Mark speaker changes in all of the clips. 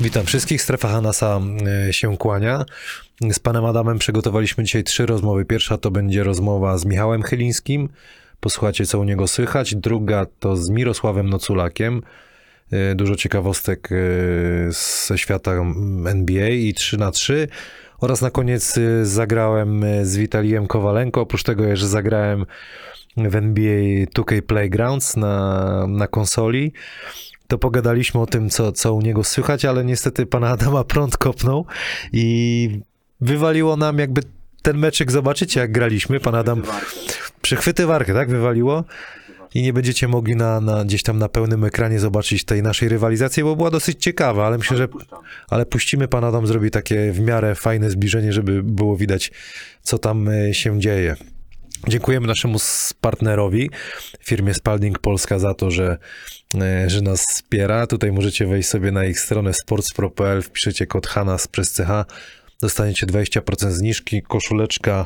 Speaker 1: Witam wszystkich, strefa Hanasa się kłania. Z panem Adamem przygotowaliśmy dzisiaj 3 rozmowy. Pierwsza to będzie rozmowa z Michałem Chylińskim, posłuchajcie co u niego słychać. Druga to z Mirosławem Noculakiem, dużo ciekawostek ze świata NBA i 3x3. Oraz na koniec zagrałem z Witalijem Kowalenko, oprócz tego, że zagrałem w NBA 2K Playgrounds na konsoli. To pogadaliśmy o tym, co u niego słychać, ale niestety pana Adama prąd kopnął i wywaliło nam jakby ten meczyk, zobaczycie jak graliśmy, pan Adam przechwytywarkę, tak, wywaliło i nie będziecie mogli gdzieś tam na pełnym ekranie zobaczyć tej naszej rywalizacji, bo była dosyć ciekawa, ale myślę, że puścimy, pan Adam zrobi takie w miarę fajne zbliżenie, żeby było widać, co tam się dzieje. Dziękujemy naszemu partnerowi, firmie Spalding Polska, za to, że nas wspiera. Tutaj możecie wejść sobie na ich stronę sportspro.pl, wpiszecie kod HANAS przez CH, dostaniecie 20% zniżki, koszuleczka,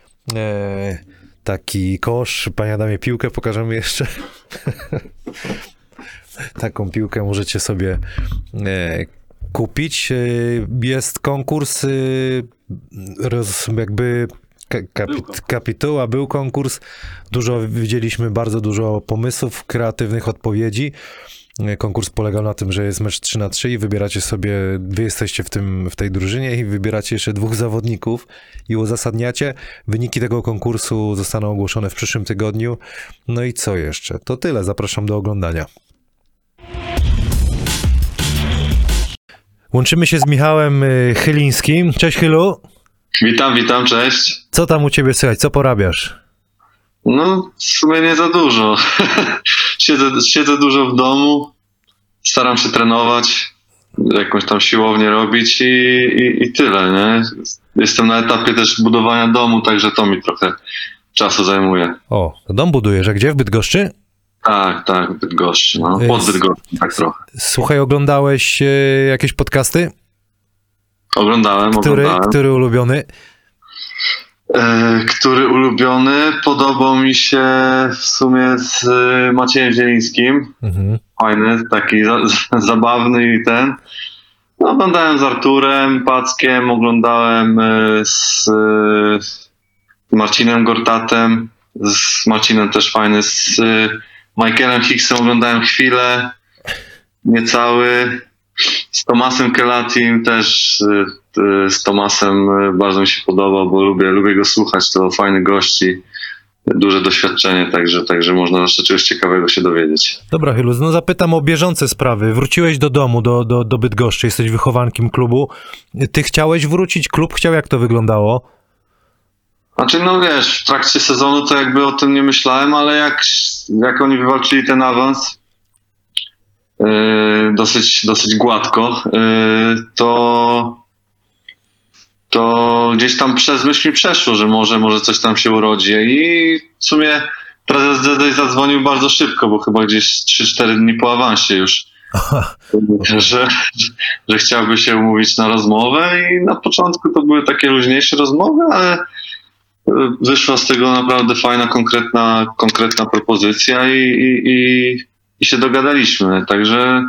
Speaker 1: taki kosz. Panie Adamie, piłkę pokażemy jeszcze. Taką piłkę możecie sobie kupić. Jest konkurs, kapituła, był konkurs, widzieliśmy bardzo dużo pomysłów, kreatywnych odpowiedzi. Konkurs polegał na tym, że jest mecz 3x3 i wybieracie sobie, wy jesteście w tej drużynie i wybieracie jeszcze 2 zawodników i uzasadniacie. Wyniki tego konkursu zostaną ogłoszone w przyszłym tygodniu. No i co jeszcze? To tyle, zapraszam do oglądania. Łączymy się z Michałem Chylińskim. Cześć Chylu.
Speaker 2: Witam, cześć.
Speaker 1: Co tam u ciebie słychać? Co porabiasz?
Speaker 2: No, w sumie nie za dużo. Siedzę dużo w domu, staram się trenować, jakąś tam siłownię robić i tyle, nie? Jestem na etapie też budowania domu, także to mi trochę czasu zajmuje.
Speaker 1: O, to dom budujesz, a gdzie? W Bydgoszczy?
Speaker 2: Tak, w Bydgoszczy, no, pod Bydgoszczą, tak trochę.
Speaker 1: Słuchaj, oglądałeś jakieś podcasty?
Speaker 2: Oglądałem.
Speaker 1: Który ulubiony?
Speaker 2: Który ulubiony? Podobał mi się w sumie z Maciejem Zielińskim. Mhm. Fajny, taki zabawny i ten. No, oglądałem z Arturem Packiem, oglądałem z Marcinem Gortatem, z Marcinem też fajny, z Michaelem Hicksem oglądałem chwilę, niecały. Z Tomasem Kelatim też, z Tomasem bardzo mi się podoba, bo lubię go słuchać, to fajny gości, duże doświadczenie, także można zawsze czegoś ciekawego się dowiedzieć.
Speaker 1: Dobra Chylu, no zapytam o bieżące sprawy. Wróciłeś do domu, do Bydgoszczy, jesteś wychowankiem klubu. Ty chciałeś wrócić, klub chciał, jak to wyglądało?
Speaker 2: Znaczy, no wiesz, w trakcie sezonu to jakby o tym nie myślałem, ale jak oni wywalczyli ten awans, dosyć gładko, to gdzieś tam przez myśl mi przeszło, że może coś tam się urodzi i w sumie prezes DD zadzwonił bardzo szybko, bo chyba gdzieś 3-4 dni po awansie już, że chciałby się umówić na rozmowę i na początku to były takie luźniejsze rozmowy, ale wyszła z tego naprawdę fajna, konkretna propozycja i się dogadaliśmy, także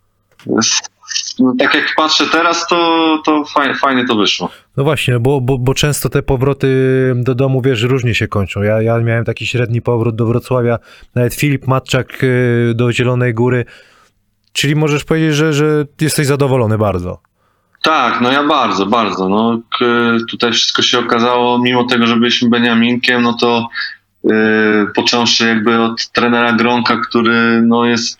Speaker 2: tak jak patrzę teraz, to fajnie to wyszło.
Speaker 1: No właśnie, bo często te powroty do domu, wiesz, różnie się kończą. Ja miałem taki średni powrót do Wrocławia, nawet Filip Matczak do Zielonej Góry, czyli możesz powiedzieć, że jesteś zadowolony bardzo.
Speaker 2: Tak, no ja bardzo. No, tutaj wszystko się okazało, mimo tego, że byliśmy Beniaminkiem, no to począwszy jakby od trenera Gronka, który no jest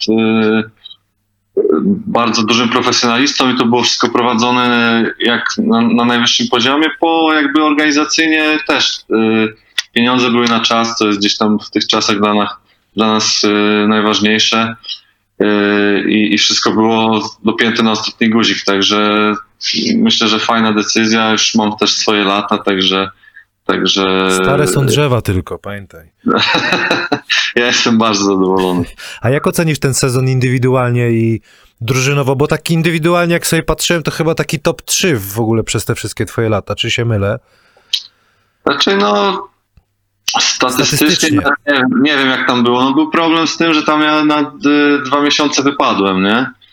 Speaker 2: bardzo dużym profesjonalistą i to było wszystko prowadzone jak na najwyższym poziomie, po jakby organizacyjnie też pieniądze były na czas, co jest gdzieś tam w tych czasach dla nas najważniejsze i wszystko było dopięte na ostatni guzik, także myślę, że fajna decyzja, już mam też swoje lata, także...
Speaker 1: Stare są drzewa tylko, pamiętaj.
Speaker 2: Ja jestem bardzo zadowolony.
Speaker 1: A jak ocenisz ten sezon indywidualnie i drużynowo? Bo tak indywidualnie, jak sobie patrzyłem, to chyba taki top 3 w ogóle przez te wszystkie twoje lata. Czy się mylę?
Speaker 2: Znaczy, no... Statystycznie. Nie wiem, jak tam było. No, był problem z tym, że tam ja na 2 miesiące wypadłem, nie?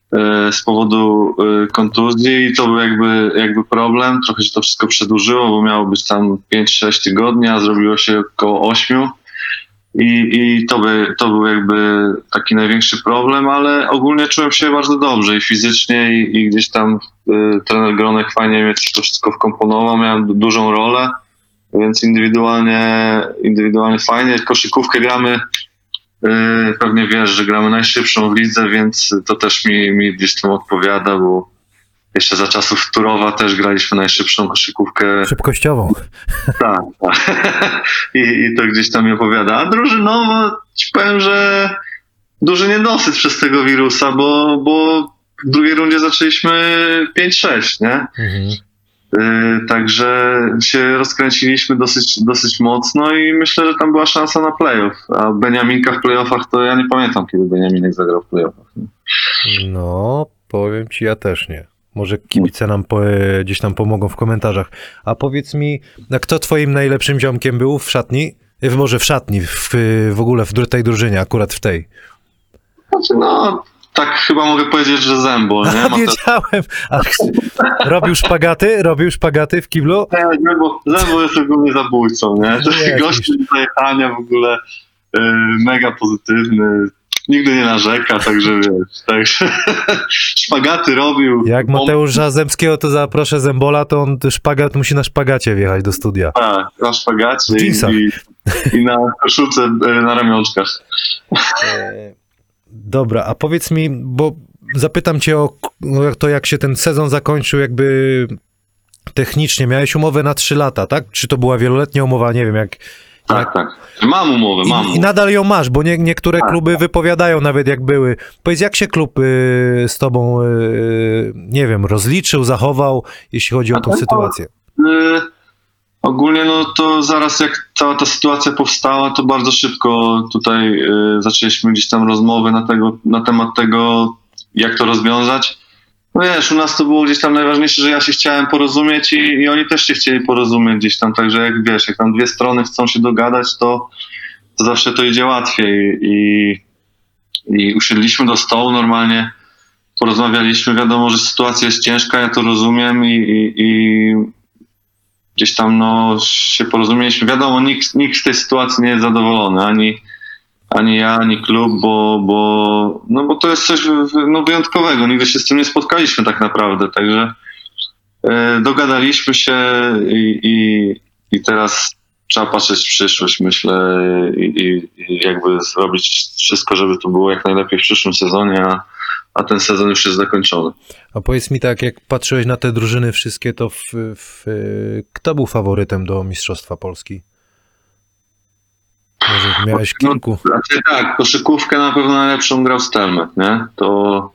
Speaker 2: z powodu kontuzji i to był jakby problem. Trochę się to wszystko przedłużyło, bo miało być tam 5-6 tygodni, a zrobiło się około 8. I to był jakby taki największy problem, ale ogólnie czułem się bardzo dobrze i fizycznie i gdzieś tam trener Gronek fajnie mnie to wszystko wkomponował, miałem dużą rolę, więc indywidualnie fajnie. Koszykówkę gramy, pewnie wiesz, że gramy najszybszą w lidze, więc to też mi gdzieś tam odpowiada, bo jeszcze za czasów Turowa też graliśmy najszybszą koszykówkę.
Speaker 1: Szybkościową.
Speaker 2: Tak. I to gdzieś tam mi opowiada. A drużynowo ci powiem, że duży niedosyt przez tego wirusa, bo w drugiej rundzie zaczęliśmy 5-6, nie? Mhm. Także się rozkręciliśmy dosyć mocno i myślę, że tam była szansa na playoff. A Beniaminka w playoffach to ja nie pamiętam, kiedy Beniaminek zagrał w playoffach. Nie?
Speaker 1: No, powiem ci, ja też nie. Może kibice nam gdzieś tam pomogą w komentarzach. A powiedz mi, kto twoim najlepszym ziomkiem był w szatni? Może w szatni, w ogóle w tej drużynie, akurat w tej.
Speaker 2: Znaczy, no, tak chyba mogę powiedzieć, że Zembol, nie?
Speaker 1: Wiedziałem. A robił szpagaty w kiblu?
Speaker 2: Nie, Zembol jest ogólnie zabójcą, nie? Gościu do zajechania w ogóle mega pozytywny. Nigdy nie narzeka, także wiesz, także szpagaty robił.
Speaker 1: Jak Mateusza Zemskiego to zaproszę Zembola, to on szpagat musi na szpagacie wjechać do studia.
Speaker 2: Tak, na szpagacie i na koszulce na ramionczkach.
Speaker 1: Dobra, a powiedz mi, bo zapytam cię o to, jak się ten sezon zakończył jakby technicznie. Miałeś umowę na 3 lata, tak? Czy to była wieloletnia umowa? Nie wiem, jak...
Speaker 2: Tak. Mam umowę.
Speaker 1: I nadal ją masz, bo niektóre kluby wypowiadają nawet jak były. Powiedz, jak się klub z tobą, nie wiem, rozliczył, zachował, jeśli chodzi o tą sytuację?
Speaker 2: Ogólnie no to zaraz jak cała ta sytuacja powstała, to bardzo szybko tutaj zaczęliśmy gdzieś tam rozmowy na temat tego, jak to rozwiązać. No wiesz, u nas to było gdzieś tam najważniejsze, że ja się chciałem porozumieć i oni też się chcieli porozumieć gdzieś tam, także jak wiesz, jak tam dwie strony chcą się dogadać, to zawsze to idzie łatwiej i usiedliśmy do stołu normalnie, porozmawialiśmy, wiadomo, że sytuacja jest ciężka, ja to rozumiem i gdzieś tam no się porozumieliśmy. Wiadomo, nikt z tej sytuacji nie jest zadowolony, ani ja, ani klub, bo to jest coś wyjątkowego. Nigdy się z tym nie spotkaliśmy tak naprawdę, także dogadaliśmy się i teraz trzeba patrzeć w przyszłość, myślę, i jakby zrobić wszystko, żeby to było jak najlepiej w przyszłym sezonie, a ten sezon już jest zakończony.
Speaker 1: A powiedz mi tak, jak patrzyłeś na te drużyny wszystkie, to kto był faworytem do Mistrzostwa Polski? Może miałeś kilku.
Speaker 2: Znaczy tak, koszykówkę na pewno najlepszą grał Stelmet, nie? To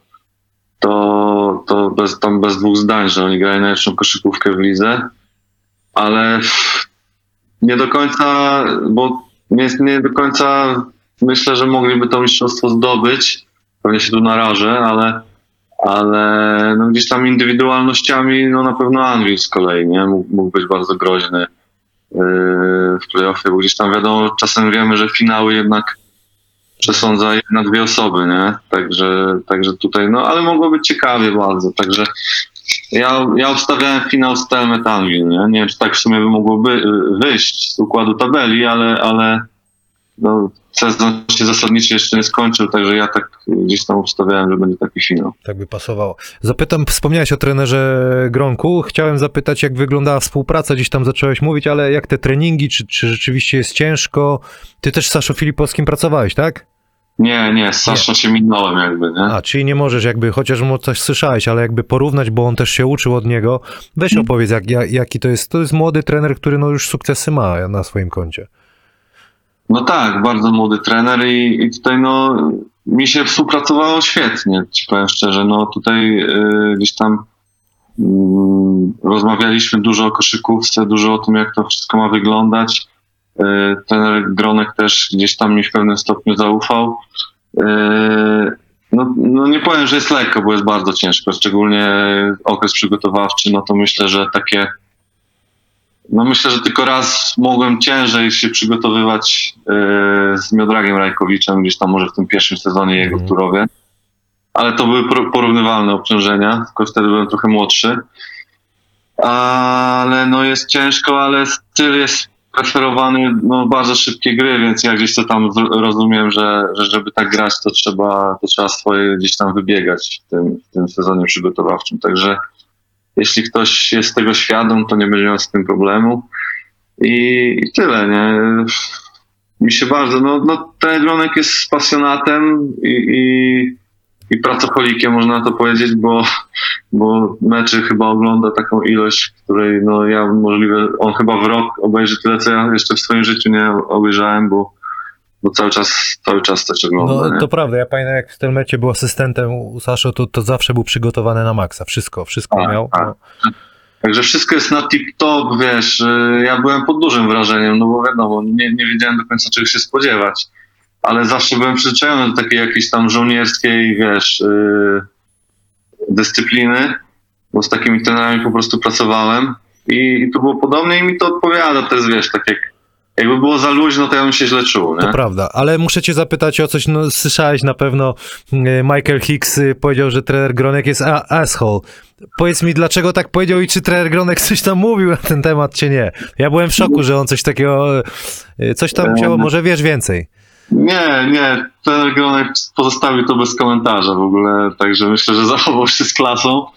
Speaker 2: bez dwóch zdań, że oni grają najlepszą koszykówkę w lidze, ale nie do końca, bo nie do końca myślę, że mogliby to mistrzostwo zdobyć. Pewnie się tu narażę, ale no gdzieś tam indywidualnościami no na pewno Anwil z kolei, nie? Mógł być bardzo groźny w playoffie, bo gdzieś tam wiadomo, czasem wiemy, że finały jednak przesądza 1-2 osoby, nie? Także tutaj, no ale mogło być ciekawie bardzo, także ja obstawiałem finał Stelmet Anwil, nie? Nie wiem, czy tak w sumie by mogło wyjść z układu tabeli, ale no, sezon się zasadniczo jeszcze nie skończył, także ja tak gdzieś tam obstawiałem, że będzie taki finał.
Speaker 1: Tak by pasowało. Wspomniałeś o trenerze Gronku. Chciałem zapytać, jak wyglądała współpraca, gdzieś tam zacząłeś mówić, ale jak te treningi, czy rzeczywiście jest ciężko? Ty też z Saszą Filipowskim pracowałeś, tak?
Speaker 2: Nie, z Saszą się minąłem jakby, nie?
Speaker 1: A, czyli nie możesz jakby, chociaż mu coś słyszałeś, ale jakby porównać, bo on też się uczył od niego. Weź opowiedz, jaki to jest. To jest młody trener, który no już sukcesy ma na swoim koncie.
Speaker 2: No tak, bardzo młody trener i tutaj no mi się współpracowało świetnie, ci powiem szczerze, no tutaj gdzieś tam rozmawialiśmy dużo o koszykówce, dużo o tym, jak to wszystko ma wyglądać. Trener Gronek też gdzieś tam mi w pewnym stopniu zaufał. No nie powiem, że jest lekko, bo jest bardzo ciężko, szczególnie okres przygotowawczy, no to myślę, że myślę, że tylko raz mogłem ciężej się przygotowywać z Miodragiem Rajkowiczem, gdzieś tam może w tym pierwszym sezonie jego w Turowie. ale to były porównywalne obciążenia, tylko wtedy byłem trochę młodszy. Ale no jest ciężko, ale styl jest preferowany, no bardzo szybkie gry, więc ja gdzieś to tam rozumiem, że żeby tak grać, to trzeba swoje gdzieś tam wybiegać w tym sezonie przygotowawczym. Także jeśli ktoś jest tego świadom, to nie będzie miał z tym problemu. I tyle, nie? Mi się bardzo, ten Gronek jest pasjonatem i pracocholikiem, można to powiedzieć, bo meczy chyba ogląda taką ilość, której no ja możliwe, on chyba w rok obejrzy tyle, co ja jeszcze w swoim życiu nie obejrzałem, bo cały czas coś ogląda.
Speaker 1: No to prawda, ja pamiętam jak w tym mecie był asystentem u Saszy, to zawsze był przygotowany na maksa, wszystko miał.
Speaker 2: Tak.
Speaker 1: No.
Speaker 2: Także wszystko jest na tip-top, wiesz, ja byłem pod dużym wrażeniem, no bo wiadomo, nie wiedziałem do końca czego się spodziewać, ale zawsze byłem przyzwyczajony do takiej jakiejś tam żołnierskiej, wiesz, dyscypliny, bo z takimi trenerami po prostu pracowałem i to było podobnie i mi to odpowiada, to jest, wiesz, tak jakby było za luźno, to ja bym się źle czuł, nie?
Speaker 1: To prawda, ale muszę cię zapytać o coś, no słyszałeś na pewno, Michael Hicks powiedział, że trener Gronek jest asshole. Powiedz mi, dlaczego tak powiedział i czy trener Gronek coś tam mówił na ten temat, czy nie? Ja byłem w szoku, że on coś takiego, coś tam wziął, może wiesz więcej.
Speaker 2: Nie, trener Gronek pozostawił to bez komentarza w ogóle, także myślę, że zachował się z klasą.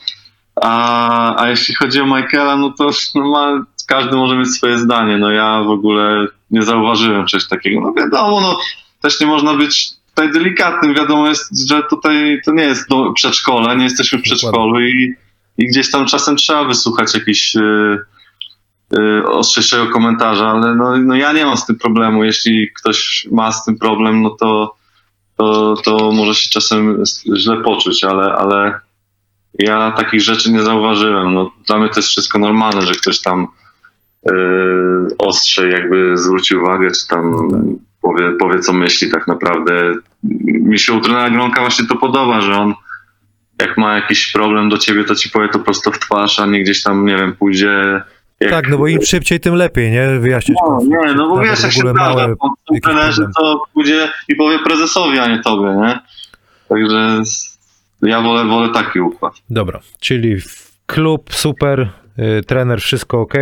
Speaker 2: A jeśli chodzi o Michaela, no to każdy może mieć swoje zdanie. No ja w ogóle nie zauważyłem czegoś takiego. No wiadomo, no też nie można być tutaj delikatnym. Wiadomo jest, że tutaj to nie jest przedszkole, nie jesteśmy w przedszkolu i gdzieś tam czasem trzeba wysłuchać jakiś ostrzejszego komentarza, ale no ja nie mam z tym problemu. Jeśli ktoś ma z tym problem, no to może się czasem źle poczuć, ale ja takich rzeczy nie zauważyłem. No, dla mnie to jest wszystko normalne, że ktoś tam ostrzej jakby zwróci uwagę, czy tam powie co myśli tak naprawdę. Mi się u trenera Gronka właśnie to podoba, że on jak ma jakiś problem do ciebie, to ci powie to prosto w twarz, a nie gdzieś tam, nie wiem, pójdzie...
Speaker 1: Tak, no bo im szybciej, tym lepiej, nie? Wyjaśnić.
Speaker 2: No bo wiesz, jak się zdarza, są trenerzy, to pójdzie i powie prezesowi, a nie tobie, nie? Także ja wolę taki układ.
Speaker 1: Dobra, czyli klub super, trener, wszystko ok.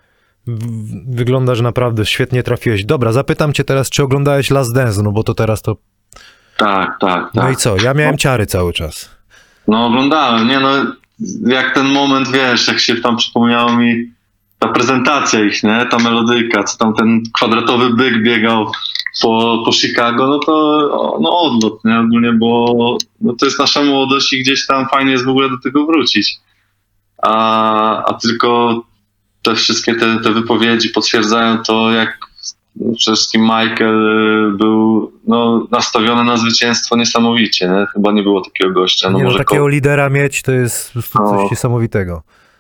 Speaker 1: Wygląda, że naprawdę świetnie trafiłeś. Dobra, zapytam cię teraz, czy oglądałeś Last Dance, no bo to teraz to...
Speaker 2: Tak.
Speaker 1: No i co? Ja miałem ciary cały czas.
Speaker 2: No oglądałem, nie no, jak ten moment, wiesz, jak się tam przypomniało mi ta prezentacja ich, nie, ta melodyjka, co tam ten kwadratowy byk biegał po Chicago, no to odlot, nie, ogólnie, bo no to jest nasza młodość i gdzieś tam fajnie jest w ogóle do tego wrócić. A tylko te wszystkie te wypowiedzi potwierdzają to, jak przede wszystkim Michael był nastawiony na zwycięstwo niesamowicie, nie? Chyba nie było takiego gościa. No może
Speaker 1: takiego lidera mieć to jest po prostu coś niesamowitego.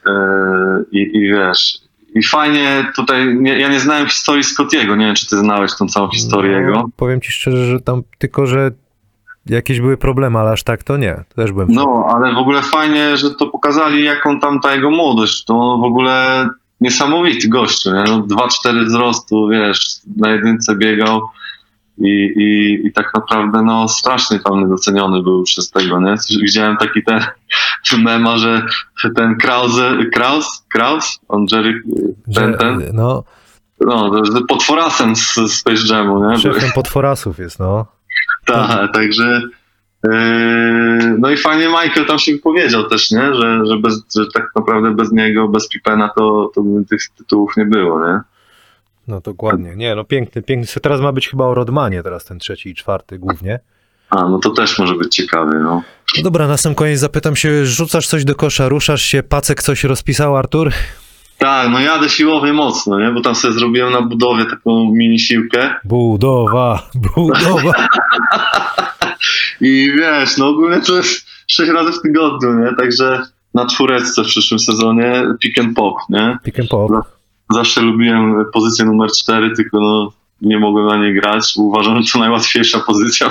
Speaker 2: I wiesz, i fajnie tutaj, ja nie znałem historii Scottiego, nie wiem, czy ty znałeś tą całą historię jego.
Speaker 1: Powiem ci szczerze, że tam tylko, że jakieś były problemy, ale aż tak to nie. To też byłem.
Speaker 2: No, ale w ogóle fajnie, że to pokazali, jaką tam ta jego młodość, to w ogóle niesamowity gościu, nie? 2,4 wzrostu, wiesz, na jedynce biegał i tak naprawdę strasznie tam niedoceniony był przez tego, nie? Widziałem taki ten mema, że ten Kraus, on Jerry, potworasem z Space Jamu, nie?
Speaker 1: Szefem potworasów jest, no.
Speaker 2: Tak, także no i fajnie Michael tam się wypowiedział też, nie? Że tak naprawdę bez niego, bez Pippena to by tych tytułów nie było, nie?
Speaker 1: No dokładnie. Nie, no piękny. Teraz ma być chyba o Rodmanie, teraz ten 3. i 4. głównie.
Speaker 2: No to też może być ciekawy, no.
Speaker 1: No dobra, na sam koniec zapytam się, rzucasz coś do kosza, ruszasz się, Pacek coś rozpisał, Artur?
Speaker 2: Tak, no jadę siłowy mocno, nie? Bo tam sobie zrobiłem na budowie taką mini siłkę.
Speaker 1: Budowa.
Speaker 2: I wiesz, no ogólnie to jest 6 razy w tygodniu, nie? Także na 4 w przyszłym sezonie pick and pop, nie?
Speaker 1: Pick and pop.
Speaker 2: Zawsze lubiłem pozycję numer 4, tylko nie mogłem na niej grać. Uważam, że to najłatwiejsza pozycja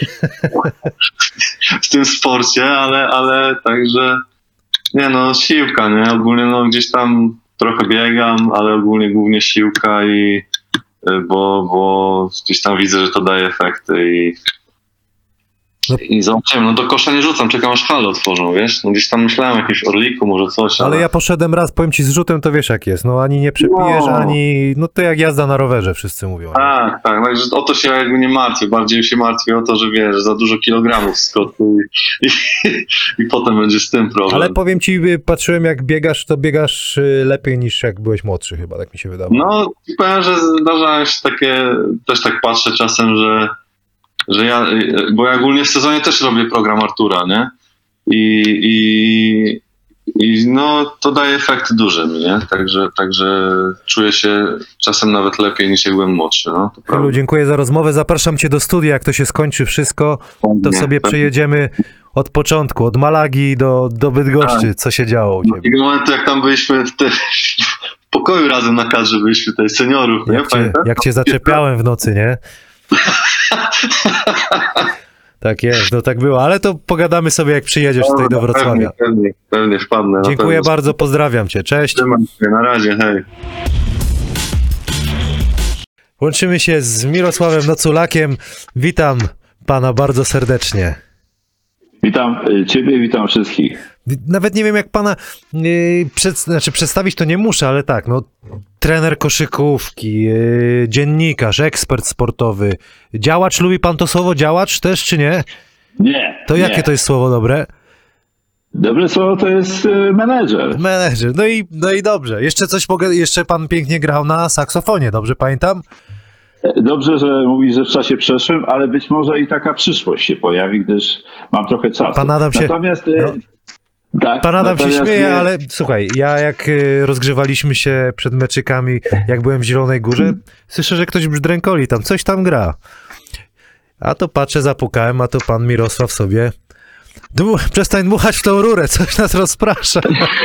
Speaker 2: w tym sporcie, ale także siłka, nie? Ogólnie gdzieś tam trochę biegam, ale ogólnie głównie siłka bo gdzieś tam widzę, że to daje efekty I zobaczyłem, no do kosza nie rzucam, czekam aż halę otworzą, wiesz? No gdzieś tam myślałem o jakimś orliku, może coś,
Speaker 1: Ale ja poszedłem raz, powiem ci, z rzutem to wiesz jak jest. No ani nie przepijesz,
Speaker 2: No.
Speaker 1: ani... No to jak jazda na rowerze, wszyscy mówią. Nie?
Speaker 2: Tak, także o to się jakby nie martwię, bardziej się martwię o to, że wiesz, za dużo kilogramów skoczył i potem będzie z tym problem.
Speaker 1: Ale powiem ci, patrzyłem jak biegasz, to biegasz lepiej niż jak byłeś młodszy chyba, tak mi się wydawało.
Speaker 2: No, powiem, że zdarzają się takie, też tak patrzę czasem, że ja, bo ja ogólnie w sezonie też robię program Artura, nie? I no, to daje efekty duże mi, nie? Także czuję się czasem nawet lepiej niż jak byłem młodszy, no. To
Speaker 1: Chylu, dziękuję za rozmowę, zapraszam cię do studia, jak to się skończy wszystko, to sobie przejedziemy od początku, od Malagi do Bydgoszczy, co się działo u ciebie.
Speaker 2: Takiego momentu, jak tam byliśmy w pokoju razem na kadrze, byliśmy tutaj seniorów, nie?
Speaker 1: Jak cię zaczepiałem w nocy, nie? Tak jest, no tak było, ale to pogadamy sobie jak przyjedziesz tutaj do Wrocławia.
Speaker 2: Pewnie wpadnę.
Speaker 1: Dziękuję bardzo, pozdrawiam cię, cześć.
Speaker 2: Trzymaj się, na razie, hej.
Speaker 1: Łączymy się z Mirosławem Noculakiem, witam pana bardzo serdecznie.
Speaker 3: Witam ciebie, witam wszystkich.
Speaker 1: Nawet nie wiem jak pana, przedstawić to nie muszę, ale tak, no trener koszykówki, dziennikarz, ekspert sportowy, działacz, lubi pan to słowo działacz też, czy nie?
Speaker 3: Nie.
Speaker 1: To jakie
Speaker 3: nie.
Speaker 1: to jest słowo dobre?
Speaker 3: Dobre słowo to jest menedżer.
Speaker 1: Menedżer, no i dobrze. Jeszcze pan pięknie grał na saksofonie, dobrze pamiętam?
Speaker 3: Dobrze, że mówisz, że w czasie przeszłym, ale być może i taka przyszłość się pojawi, gdyż mam trochę czasu.
Speaker 1: Pan Adam się...
Speaker 3: Natomiast...
Speaker 1: No.
Speaker 3: Tak,
Speaker 1: Pan Adam się śmieje,
Speaker 3: nie...
Speaker 1: ale słuchaj, ja jak rozgrzewaliśmy się przed meczykami, jak byłem w Zielonej Górze, słyszę, że ktoś brzdrękoli tam, coś tam gra. A to patrzę, zapukałem, a to pan Mirosław sobie... Przestań dmuchać w tą rurę, coś nas rozprasza.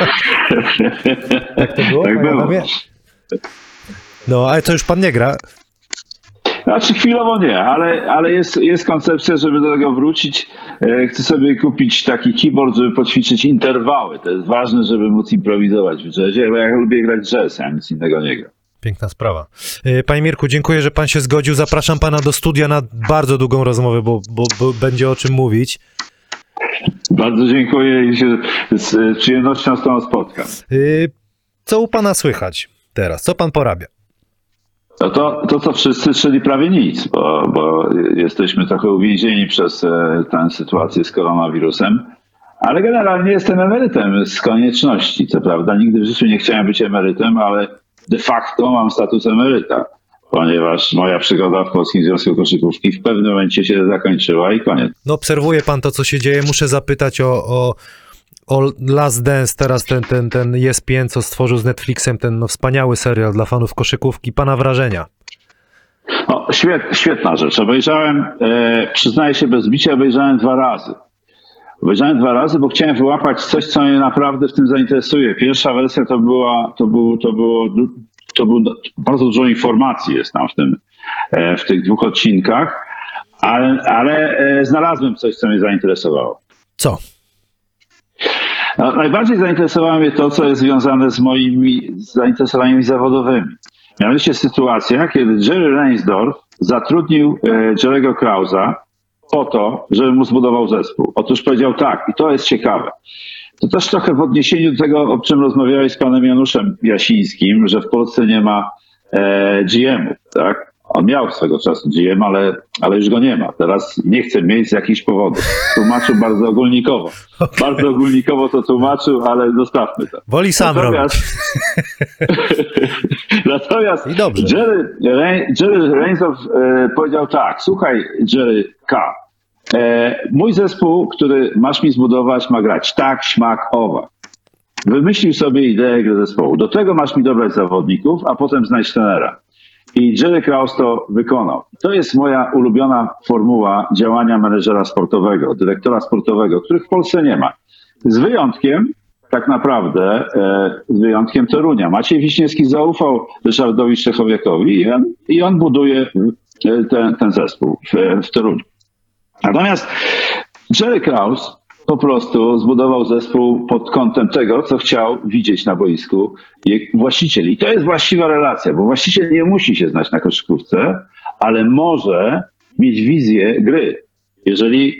Speaker 1: Tak to było,
Speaker 3: Tak
Speaker 1: panie
Speaker 3: było.
Speaker 1: Adamie? No, ale to już pan nie gra.
Speaker 3: Znaczy chwilowo nie, ale jest koncepcja, żeby do tego wrócić. Chcę sobie kupić taki keyboard, żeby poćwiczyć interwały. To jest ważne, żeby móc improwizować w jazzie, bo ja lubię grać jazz, a nic innego nie gram.
Speaker 1: Piękna sprawa. Panie Mirku, dziękuję, że pan się zgodził. Zapraszam pana do studia na bardzo długą rozmowę, bo będzie o czym mówić.
Speaker 3: Bardzo dziękuję i się z przyjemnością z tą spotkam.
Speaker 1: Co u pana słychać teraz? Co pan porabia?
Speaker 3: No to co wszyscy, czyli prawie nic, bo jesteśmy trochę uwięzieni przez tę sytuację z koronawirusem, ale generalnie jestem emerytem z konieczności, co prawda. Nigdy w życiu nie chciałem być emerytem, ale de facto mam status emeryta, ponieważ moja przygoda w Polskim Związku Koszykówki w pewnym momencie się zakończyła i koniec.
Speaker 1: No obserwuję pan to, co się dzieje. Muszę zapytać o Last Dance, teraz ten ESPN, co stworzył z Netflixem, ten wspaniały serial dla fanów koszykówki. Pana wrażenia?
Speaker 3: No, świetna rzecz. Obejrzałem, przyznaję się bez bicia, obejrzałem 2 razy. Obejrzałem 2 razy, bo chciałem wyłapać coś, co mnie naprawdę w tym zainteresuje. Pierwsza wersja to było bardzo dużo informacji jest tam w tych 2 odcinkach, ale znalazłem coś, co mnie zainteresowało.
Speaker 1: Co?
Speaker 3: No, najbardziej zainteresowało mnie to, co jest związane z moimi zainteresowaniami zawodowymi. Mianowicie sytuacja, kiedy Jerry Reinsdorf zatrudnił Jerry'ego Krausa po to, żeby mu zbudował zespół. Otóż powiedział tak, i to jest ciekawe. To też trochę w odniesieniu do tego, o czym rozmawiałeś z panem Januszem Jasińskim, że w Polsce nie ma GM-ów, tak? On miał swego czasu GM, ale już go nie ma. Teraz nie chce mieć z jakichś powodów. Tłumaczył bardzo ogólnikowo.
Speaker 1: Okay.
Speaker 3: Bardzo ogólnikowo to tłumaczył, ale zostawmy to.
Speaker 1: Woli sam robić.
Speaker 3: Natomiast
Speaker 1: i dobrze.
Speaker 3: Jerry Reinsdorf powiedział tak, słuchaj Jerry K., mój zespół, który masz mi zbudować, ma grać tak, śmak, owak. Wymyślił sobie ideę gry zespołu. Do tego masz mi dobrać zawodników, a potem znajdź trenera. I Jerry Krause to wykonał. To jest moja ulubiona formuła działania menedżera sportowego, dyrektora sportowego, których w Polsce nie ma. Z wyjątkiem, tak naprawdę, z wyjątkiem Torunia. Maciej Wiśniewski zaufał Ryszardowi Szczechowiakowi i on buduje ten zespół w Toruniu. Natomiast Jerry Krause po prostu zbudował zespół pod kątem tego, co chciał widzieć na boisku właściciel. I to jest właściwa relacja, bo właściciel nie musi się znać na koszykówce, ale może mieć wizję gry.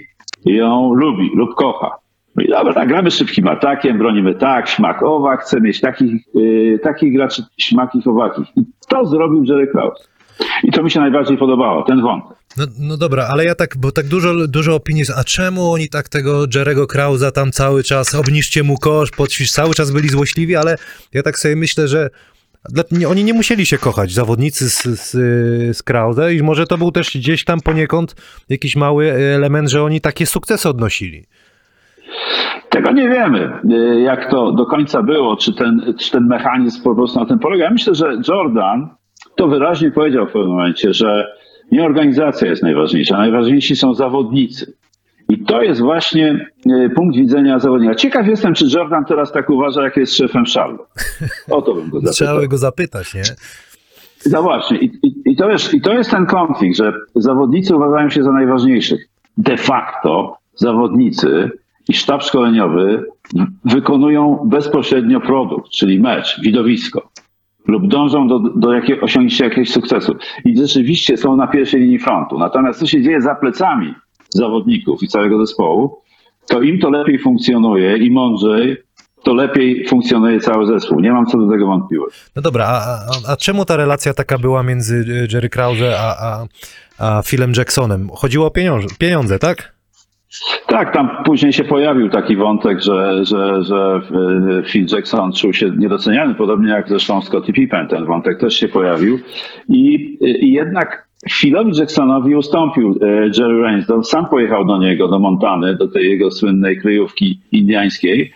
Speaker 3: ją lubi lub kocha. No i dobra, gramy szybkim atakiem, bronimy tak, śmak, owak, chcę mieć takich graczy, śmakich, owakich. I to zrobił Jerry Krause. I to mi się najbardziej podobało, ten wątek.
Speaker 1: No dobra, ale ja tak, bo tak dużo opinii jest, a czemu oni tak tego Jerry'ego Krause'a tam cały czas, obniżcie mu kosz, cały czas byli złośliwi, ale ja tak sobie myślę, że oni nie musieli się kochać, zawodnicy z Krause, i może to był też gdzieś tam poniekąd jakiś mały element, że oni takie sukcesy odnosili.
Speaker 3: Tego nie wiemy, jak to do końca było, czy ten mechanizm po prostu na tym polega. Ja myślę, że Jordan to wyraźnie powiedział w pewnym momencie, że nie organizacja jest najważniejsza, najważniejsi są zawodnicy. I to jest właśnie punkt widzenia zawodnika. Ciekaw jestem, czy Jordan teraz tak uważa, jak jest szefem Charlotte. O to bym go zapytał.
Speaker 1: Trzeba go zapytać, nie?
Speaker 3: No właśnie. I to jest ten konflikt, że zawodnicy uważają się za najważniejszych. De facto zawodnicy i sztab szkoleniowy wykonują bezpośrednio produkt, czyli mecz, widowisko, lub dążą do osiągnięcia jakiegoś sukcesu. I rzeczywiście są na pierwszej linii frontu. Natomiast co się dzieje za plecami zawodników i całego zespołu, to im to lepiej funkcjonuje i mądrzej, to lepiej funkcjonuje cały zespół. Nie mam co do tego wątpliwości.
Speaker 1: No dobra, a czemu ta relacja taka była między Jerry Krause a Philem Jacksonem? Chodziło o pieniądze, tak?
Speaker 3: Tak, tam później się pojawił taki wątek, że Phil Jackson czuł się niedoceniany, podobnie jak zresztą Scottie Pippen. Ten wątek też się pojawił. I jednak Philowi Jacksonowi ustąpił Jerry Reinsdorf. Sam pojechał do niego, do Montany, do tej jego słynnej kryjówki indiańskiej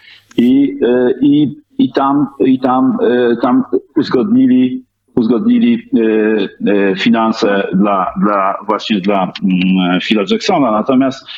Speaker 3: i tam uzgodnili finanse dla Phila Jacksona. Natomiast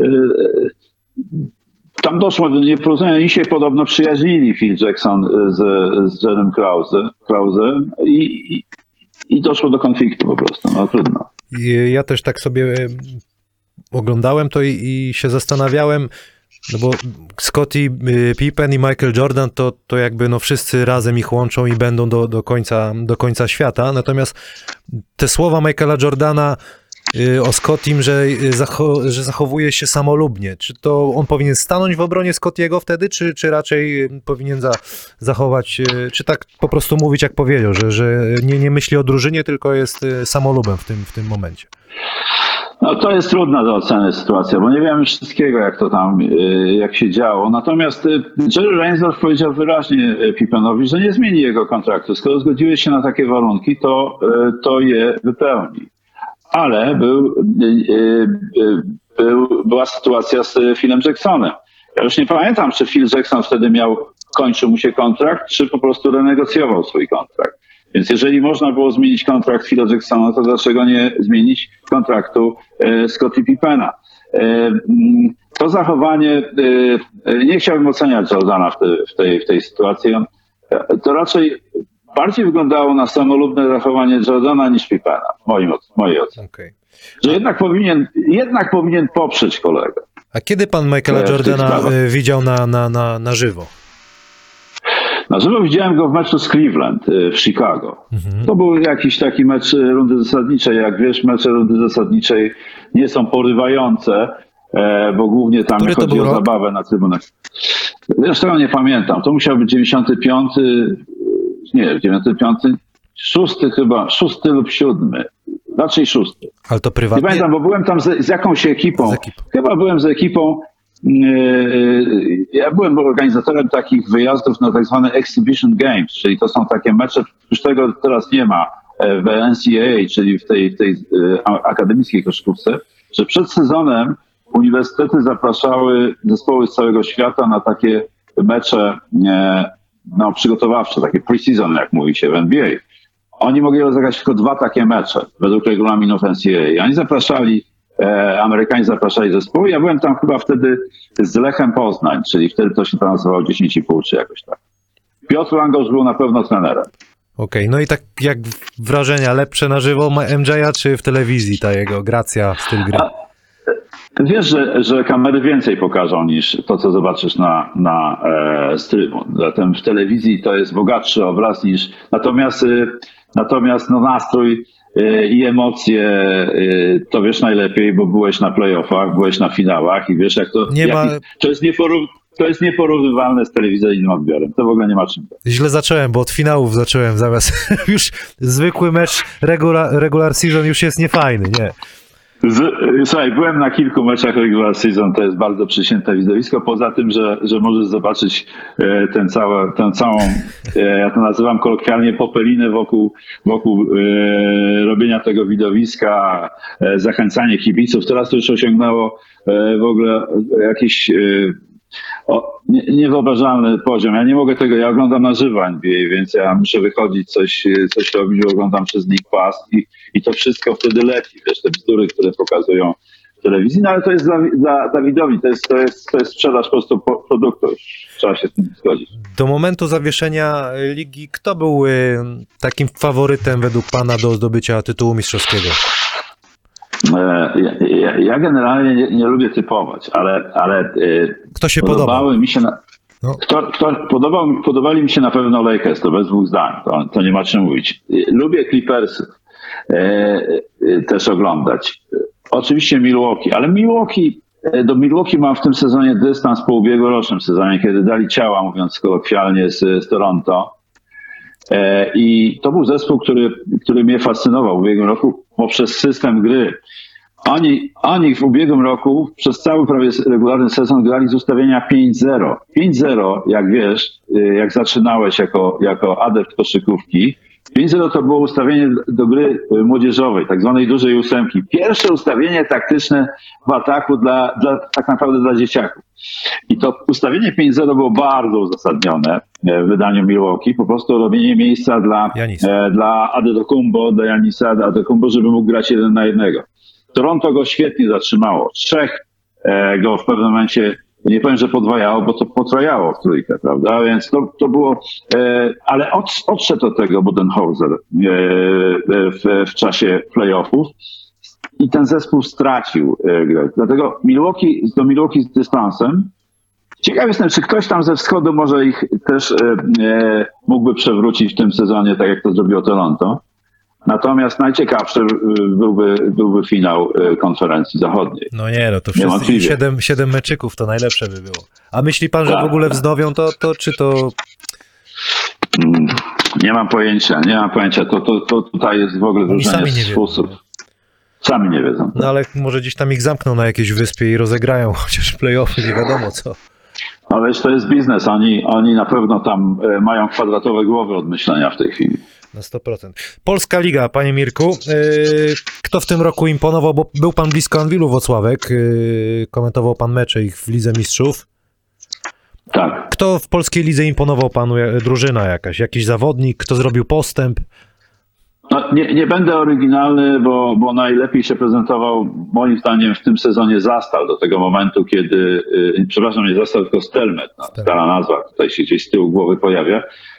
Speaker 3: tam doszło do nieporozumienia. Oni się podobno przyjaźnili, Phil Jackson z Jerrym Krause i doszło do konfliktu po prostu. No trudno.
Speaker 1: Ja też tak sobie oglądałem to i się zastanawiałem, no bo Scottie Pippen i Michael Jordan to jakby no wszyscy razem ich łączą i będą do końca świata. Natomiast te słowa Michaela Jordana o Scottim, że zachowuje się samolubnie. Czy to on powinien stanąć w obronie Scottiego wtedy, czy raczej powinien zachować, czy tak po prostu mówić, jak powiedział, że nie myśli o drużynie, tylko jest samolubem w tym momencie?
Speaker 3: No to jest trudna do oceny sytuacja, bo nie wiemy wszystkiego, jak się działo. Natomiast Jerry Reinsdorf powiedział wyraźnie Pippenowi, że nie zmieni jego kontraktu. Skoro zgodziłeś się na takie warunki, to je wypełni. Ale była sytuacja z Philem Jacksonem. Ja już nie pamiętam, czy Phil Jackson wtedy kończył mu się kontrakt, czy po prostu renegocjował swój kontrakt. Więc jeżeli można było zmienić kontrakt Phila Jacksona, to dlaczego nie zmienić kontraktu Scottie Pippena? To zachowanie, nie chciałbym oceniać Jordana w tej sytuacji. To raczej bardziej wyglądało na samolubne zachowanie Jordana niż Pippena, w mojej ocenie.
Speaker 1: Okay.
Speaker 3: Że jednak powinien poprzeć kolegę.
Speaker 1: A kiedy pan Michaela Jordana widział na żywo?
Speaker 3: Na żywo widziałem go w meczu z Cleveland w Chicago. Mhm. To był jakiś taki mecz rundy zasadniczej. Jak wiesz, mecze rundy zasadniczej nie są porywające, bo głównie tam chodzi o zabawę na trybunach. Zresztą nie pamiętam. To musiał być 95, 6 chyba, 6 lub 7. Raczej 6.
Speaker 1: Ale to prywatnie?
Speaker 3: Nie pamiętam, bo byłem tam z jakąś ekipą. Chyba byłem z ekipą. Ja byłem organizatorem takich wyjazdów na tak zwane Exhibition Games, czyli to są takie mecze, już tego teraz nie ma w NCAA, czyli w tej akademickiej koszykówce, że przed sezonem uniwersytety zapraszały zespoły z całego świata na takie mecze przygotowawcze, takie pre-season, jak mówi się w NBA. Oni mogli rozegrać tylko 2 takie mecze według regulaminów NCAA. Amerykanie zapraszali zespoły. Ja byłem tam chyba wtedy z Lechem Poznań, czyli wtedy to się nazywało 10,5 czy jakoś tak. Piotr Langosz był na pewno trenerem.
Speaker 1: Okej, no i tak jak wrażenia, lepsze na żywo MJ-a czy w telewizji ta jego gracja, styl gry?
Speaker 3: Wiesz, że kamery więcej pokażą niż to, co zobaczysz na trybun. Zatem w telewizji to jest bogatszy obraz niż... Natomiast nastrój i emocje, to wiesz najlepiej, bo byłeś na playoffach, byłeś na finałach i wiesz jak to...
Speaker 1: Nie ma...
Speaker 3: To jest nieporównywalne z telewizyjnym odbiorem. To w ogóle nie ma czym.
Speaker 1: Źle zacząłem, bo od finałów zacząłem zamiast już zwykły mecz regular season już jest niefajny, nie?
Speaker 3: Słuchaj, byłem na kilku meczach regular season, to jest bardzo przysięte widowisko, poza tym, że możesz zobaczyć tę całą, ja to nazywam kolokwialnie popelinę wokół robienia tego widowiska, zachęcanie kibiców. Teraz to już osiągnęło w ogóle jakiś niewyobrażalny poziom. Ja nie mogę tego, ja oglądam na żywo NBA, więc ja muszę wychodzić, coś robić, oglądam przez League Pass i to wszystko wtedy leci, wiesz, te bzdury, które pokazują w telewizji, no ale to jest dla widowni, to jest sprzedaż po prostu produktu, trzeba się z tym zgodzić.
Speaker 1: Do momentu zawieszenia ligi, kto był takim faworytem według pana do zdobycia tytułu mistrzowskiego?
Speaker 3: Ja generalnie nie lubię typować, ale
Speaker 1: Kto się
Speaker 3: podobały mi się
Speaker 1: No.
Speaker 3: Podobali mi się na pewno Lakers, to bez dwóch zdań, to nie ma czym mówić. Lubię Clippersów też oglądać. Oczywiście Milwaukee, ale do Milwaukee mam w tym sezonie dystans po ubiegłorocznym sezonie, kiedy dali ciała, mówiąc kolokwialnie, z Toronto. I to był zespół, który mnie fascynował w ubiegłym roku poprzez system gry. Oni w ubiegłym roku przez cały prawie regularny sezon grali z ustawienia 5-0. 5-0, jak wiesz, jak zaczynałeś jako adept koszykówki, 5-0 to było ustawienie do gry młodzieżowej, tak zwanej dużej ósemki. Pierwsze ustawienie taktyczne w ataku tak naprawdę dla dzieciaków. I to ustawienie 5-0 było bardzo uzasadnione w wydaniu Milwaukee. Po prostu robienie miejsca dla Antetokounmpo, dla Giannisa Antetokounmpo, żeby mógł grać 1 na 1. Toronto go świetnie zatrzymało. Trzech go w pewnym momencie, nie powiem, że podwajało, bo to potrojało w trójkę, prawda? Więc to było, ale odszedł od tego Budenholzer w czasie playoffów i ten zespół stracił grę. Dlatego do Milwaukee z dystansem. Ciekaw jestem, czy ktoś tam ze wschodu może ich też mógłby przewrócić w tym sezonie, tak jak to zrobiło Toronto. Natomiast najciekawszy byłby finał konferencji zachodniej.
Speaker 1: No nie, no to wszyscy 7 meczyków to najlepsze by było. A myśli pan, że w ogóle wznowią to czy to...
Speaker 3: Nie mam pojęcia. To tutaj jest w ogóle różnie sposób. Sami nie wiedzą.
Speaker 1: No ale może gdzieś tam ich zamkną na jakiejś wyspie i rozegrają chociaż play-offy, nie wiadomo co.
Speaker 3: Ale to jest biznes. Oni na pewno tam mają kwadratowe głowy od myślenia w tej chwili.
Speaker 1: Na 100%. Polska Liga, panie Mirku. Kto w tym roku imponował, bo był pan blisko Anwilu Włocławek, komentował pan mecze ich w Lidze Mistrzów.
Speaker 3: Tak.
Speaker 1: Kto w polskiej lidze imponował panu, drużyna jakaś, jakiś zawodnik, kto zrobił postęp?
Speaker 3: No, nie będę oryginalny, bo najlepiej się prezentował moim zdaniem w tym sezonie Zastal do tego momentu, kiedy, przepraszam, nie Zastal, tylko Stelmet, stara nazwa, tutaj się gdzieś z tyłu głowy pojawia,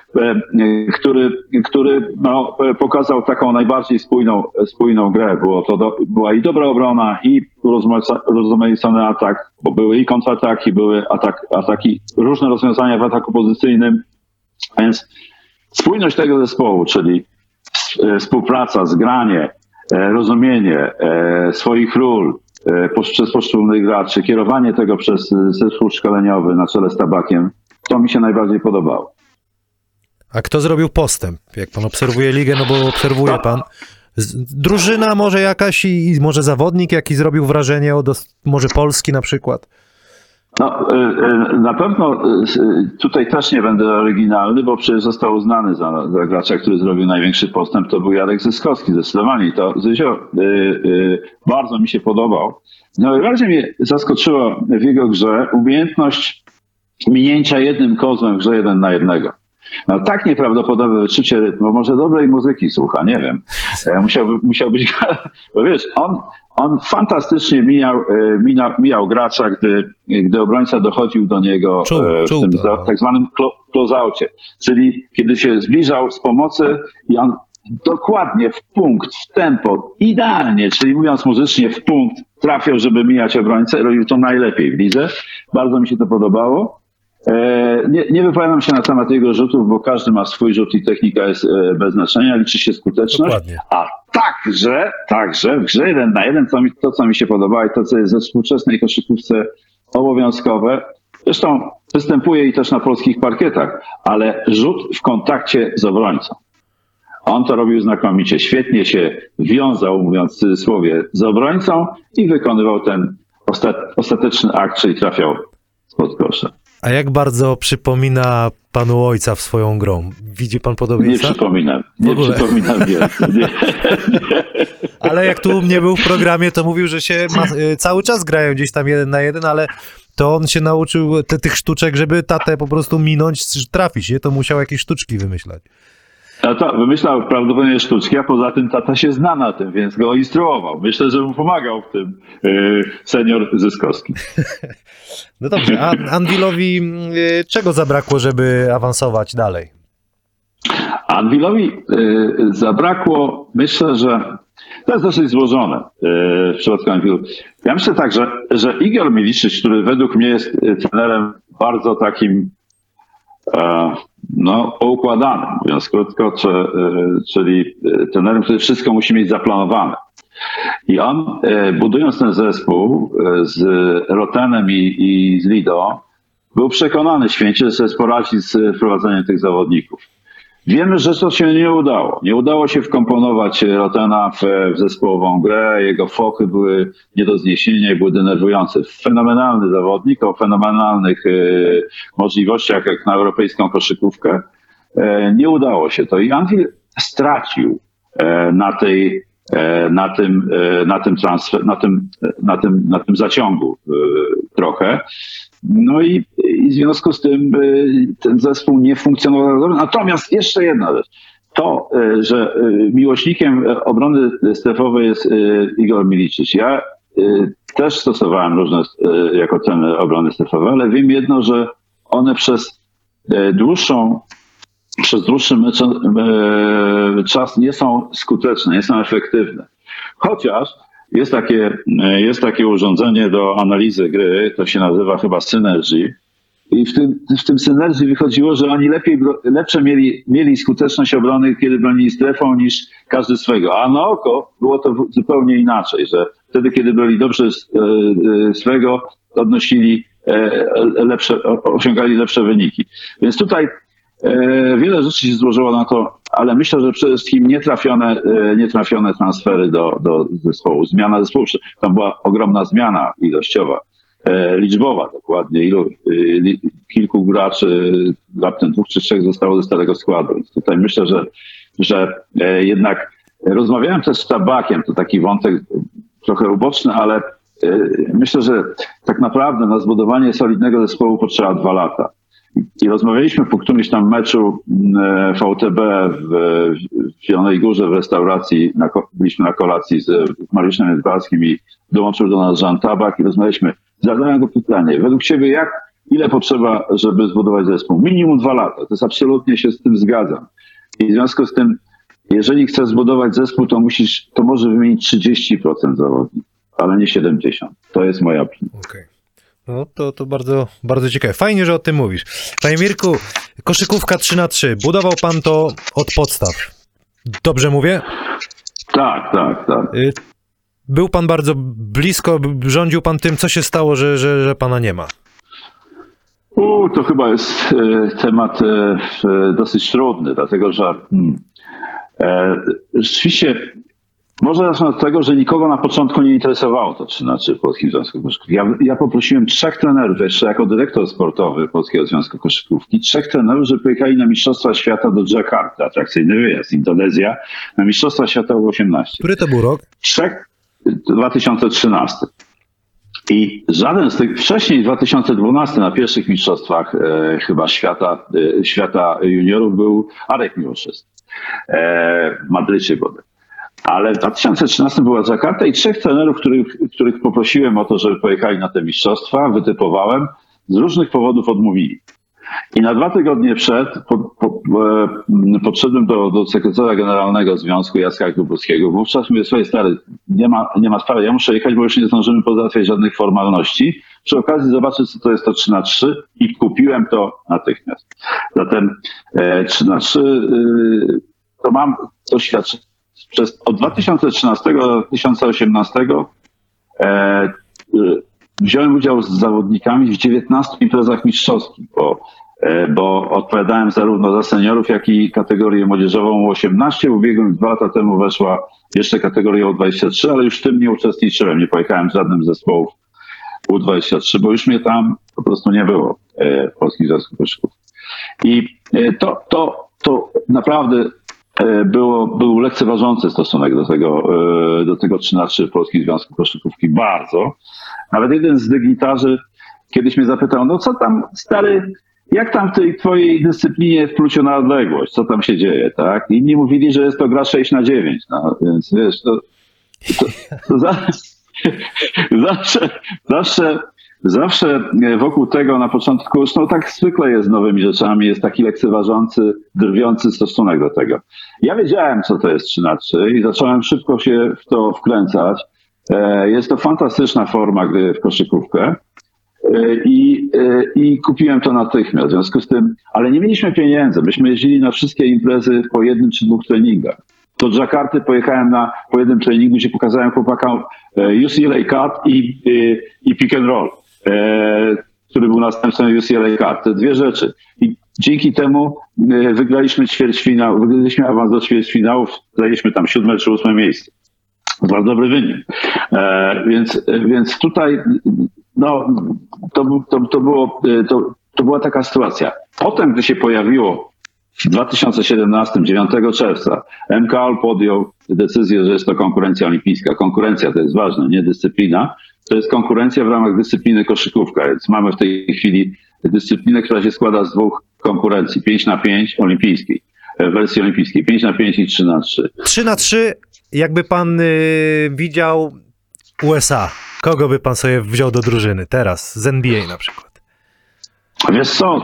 Speaker 3: który pokazał taką najbardziej spójną grę. Była i dobra obrona, i urozmaicony atak, bo były i kontrataki, były ataki, różne rozwiązania w ataku pozycyjnym, a więc spójność tego zespołu, czyli współpraca, zgranie, rozumienie swoich ról przez poszczególnych graczy, kierowanie tego przez zespół szkoleniowy na czele z Tabakiem, to mi się najbardziej podobało.
Speaker 1: A kto zrobił postęp? Jak pan obserwuje ligę, no bo obserwuje pan. Drużyna może jakaś i może zawodnik jaki zrobił wrażenie, może Polski na przykład?
Speaker 3: No, na pewno tutaj też nie będę oryginalny, bo przecież został uznany za gracza, który zrobił największy postęp, to był Jarek Zyskowski zdecydowanie. To Zyzio bardzo mi się podobał. No, najbardziej mnie zaskoczyło w jego grze umiejętność minięcia jednym kozłem w grze 1 na 1. No tak nieprawdopodobne wyczucie rytmu, może dobrej muzyki słucha, nie wiem. Musiał być, bo wiesz, on fantastycznie mijał gracza, gdy obrońca dochodził do niego w tym tak zwanym close-outie. Czyli kiedy się zbliżał z pomocy i on dokładnie w punkt, w tempo, idealnie, czyli mówiąc muzycznie w punkt, trafiał, żeby mijać obrońcę. Robił to najlepiej w lidze. Bardzo mi się to podobało. Nie wypowiadam się na temat jego rzutów, bo każdy ma swój rzut i technika jest bez znaczenia, liczy się skuteczność.
Speaker 1: Dokładnie.
Speaker 3: A także w grze 1-1, co mi się podoba i to, co jest ze współczesnej koszykówce obowiązkowe, zresztą występuje i też na polskich parkietach, ale rzut w kontakcie z obrońcą. On to robił znakomicie, świetnie się wiązał, mówiąc w cudzysłowie, z obrońcą i wykonywał ten ostateczny akt, czyli trafiał spod kosza.
Speaker 1: A jak bardzo przypomina panu ojca w swoją grą? Widzi pan
Speaker 3: Nie
Speaker 1: podobieństwa?
Speaker 3: przypominam.
Speaker 1: W ogóle.
Speaker 3: Nie.
Speaker 1: Ale jak tu u mnie był w programie, to mówił, że cały czas grają gdzieś tam 1-1, ale to on się nauczył tych sztuczek, żeby tatę po prostu minąć, trafić, nie? To musiał jakieś sztuczki wymyślać.
Speaker 3: No to wymyślał prawdopodobnie sztuczki, a poza tym tata się zna na tym, więc go instruował. Myślę, że mu pomagał w tym senior Zyskowski.
Speaker 1: No dobrze, a Anwilowi czego zabrakło, żeby awansować dalej?
Speaker 3: Anwilowi zabrakło, myślę, że to jest dosyć złożone w przypadku Anwilu. Ja myślę tak, że Igor Miličić, który według mnie jest trenerem bardzo takim poukładanym, mówiąc krótko, czyli trenerem, który wszystko musi mieć zaplanowane. I on, budując ten zespół z Rotenem i z Lido, był przekonany święcie, że sobie poradzi z wprowadzeniem tych zawodników. Wiemy, że to się nie udało. Nie udało się wkomponować Rotena w zespołową grę. Jego fochy były nie do zniesienia i były denerwujące. Fenomenalny zawodnik o fenomenalnych możliwościach jak na europejską koszykówkę. Nie udało się to i Anwil stracił na tym zaciągu trochę. No i w związku z tym ten zespół nie funkcjonował dobrze. Natomiast jeszcze jedna rzecz. To, że miłośnikiem obrony strefowej jest Igor Miličić. Ja też stosowałem różne jako trener obrony strefowej, ale wiem jedno, że one przez dłuższy czas nie są skuteczne, nie są efektywne. Chociaż jest takie urządzenie do analizy gry, to się nazywa chyba Synergy. I w tym Synergy wychodziło, że oni lepsze mieli skuteczność obrony, kiedy bronili strefą, niż każdy swego. A na oko było to zupełnie inaczej, że wtedy, kiedy byli dobrze swego, osiągali lepsze wyniki. Więc tutaj wiele rzeczy się złożyło na to, ale myślę, że przede wszystkim nietrafione transfery do zespołu. Zmiana zespołu. Tam była ogromna zmiana ilościowa, liczbowa dokładnie. Kilku graczy, raptem 2 czy 3 zostało ze starego składu. Więc tutaj myślę, że jednak rozmawiałem też z Tabakiem, to taki wątek trochę uboczny, ale myślę, że tak naprawdę na zbudowanie solidnego zespołu potrzeba 2 lata. I rozmawialiśmy po którymś tam meczu VTB w Zielonej Górze w restauracji. Byliśmy na kolacji z Mariuszem Jedwabskim i dołączył do nas Jean Tabak i rozmawialiśmy. Zadałem go pytanie. Według ciebie ile potrzeba, żeby zbudować zespół? Minimum 2 lata. To jest absolutnie się z tym zgadzam. I w związku z tym, jeżeli chcesz zbudować zespół, to może wymienić 30% zawodników, ale nie 70%. To jest moja opinia.
Speaker 1: Okay. No to bardzo, bardzo ciekawe. Fajnie, że o tym mówisz. Panie Mirku, koszykówka 3x3. Budował pan to od podstaw. Dobrze mówię?
Speaker 3: Tak.
Speaker 1: Był pan bardzo blisko, rządził pan tym, co się stało, że pana nie ma.
Speaker 3: To chyba jest temat dosyć trudny, dlatego że rzeczywiście może zacznę od tego, że nikogo na początku nie interesowało to 3x3 w Polskim Związku Koszykówki. Ja poprosiłem 3 trenerów, jeszcze jako dyrektor sportowy Polskiego Związku Koszykówki, 3 trenerów, żeby pojechali na Mistrzostwa Świata do Dżakarty, atrakcyjny wyjazd, Indonezja, na Mistrzostwa Świata U18.
Speaker 1: Który to był rok?
Speaker 3: 2013. I żaden z tych, wcześniej w 2012 na pierwszych mistrzostwach chyba świata juniorów był Arek Miłoszewski w Madrycie bodaj. Ale w 2013 była Dżakarta i 3 trenerów, których poprosiłem o to, żeby pojechali na te mistrzostwa, wytypowałem, z różnych powodów odmówili. I na 2 tygodnie przed podszedłem do sekretarza generalnego Związku Jacka Grubowskiego. Wówczas mówię, słuchaj stary, nie ma sprawy, ja muszę jechać, bo już nie zdążymy pozałatwiać żadnych formalności. Przy okazji zobaczę, co to jest to 3x3 i kupiłem to natychmiast. Zatem 3x3 to mam doświadczenie. Od 2013 do 2018 wziąłem udział z zawodnikami w 19 imprezach mistrzowskich, bo odpowiadałem zarówno za seniorów, jak i kategorię młodzieżową U18. W ubiegłym 2 lata temu weszła jeszcze kategoria U23, ale już w tym nie uczestniczyłem. Nie pojechałem z żadnym z zespołów U23, bo już mnie tam po prostu nie było w Polskim Związku Koszykówki. I to naprawdę był lekceważący stosunek do tego 3x3 w Polskim Związku Koszykówki. Bardzo. Nawet jeden z dygnitarzy kiedyś mnie zapytał, no co tam stary, jak tam w tej twojej dyscyplinie w pluciu na odległość, co tam się dzieje, tak? Inni mówili, że jest to gra 6x9, no więc wiesz, zawsze wokół tego na początku, no tak zwykle jest z nowymi rzeczami, jest taki lekceważący, drwiący stosunek do tego. Ja wiedziałem, co to jest 3x3 i zacząłem szybko się w to wkręcać. Jest to fantastyczna forma gry w koszykówkę i kupiłem to natychmiast. W związku z tym, ale nie mieliśmy pieniędzy. Myśmy jeździli na wszystkie imprezy po 1 czy 2 treningach. Do Dżakarty pojechałem po jednym treningu, gdzie pokazałem chłopakom UCLA Cut i pick and roll, który był następcą UCLA Cut. Te 2 rzeczy. I dzięki temu wygraliśmy ćwierćfinał, wygraliśmy awans do ćwierćfinałów, zajęliśmy tam 7 czy 8 miejsce. Bardzo dobry wynik. Więc tutaj no, to była taka sytuacja. Potem, gdy się pojawiło w 2017, 9 czerwca, MKOL podjął decyzję, że jest to konkurencja olimpijska. Konkurencja to jest ważne, nie dyscyplina. To jest konkurencja w ramach dyscypliny koszykówka. Więc mamy w tej chwili dyscyplinę, która się składa z 2 konkurencji. 5x5 olimpijskiej, w wersji olimpijskiej. 5x5 i 3x3.
Speaker 1: 3x3, jakby pan widział USA, kogo by pan sobie wziął do drużyny teraz, z NBA na przykład?
Speaker 3: Wiesz co,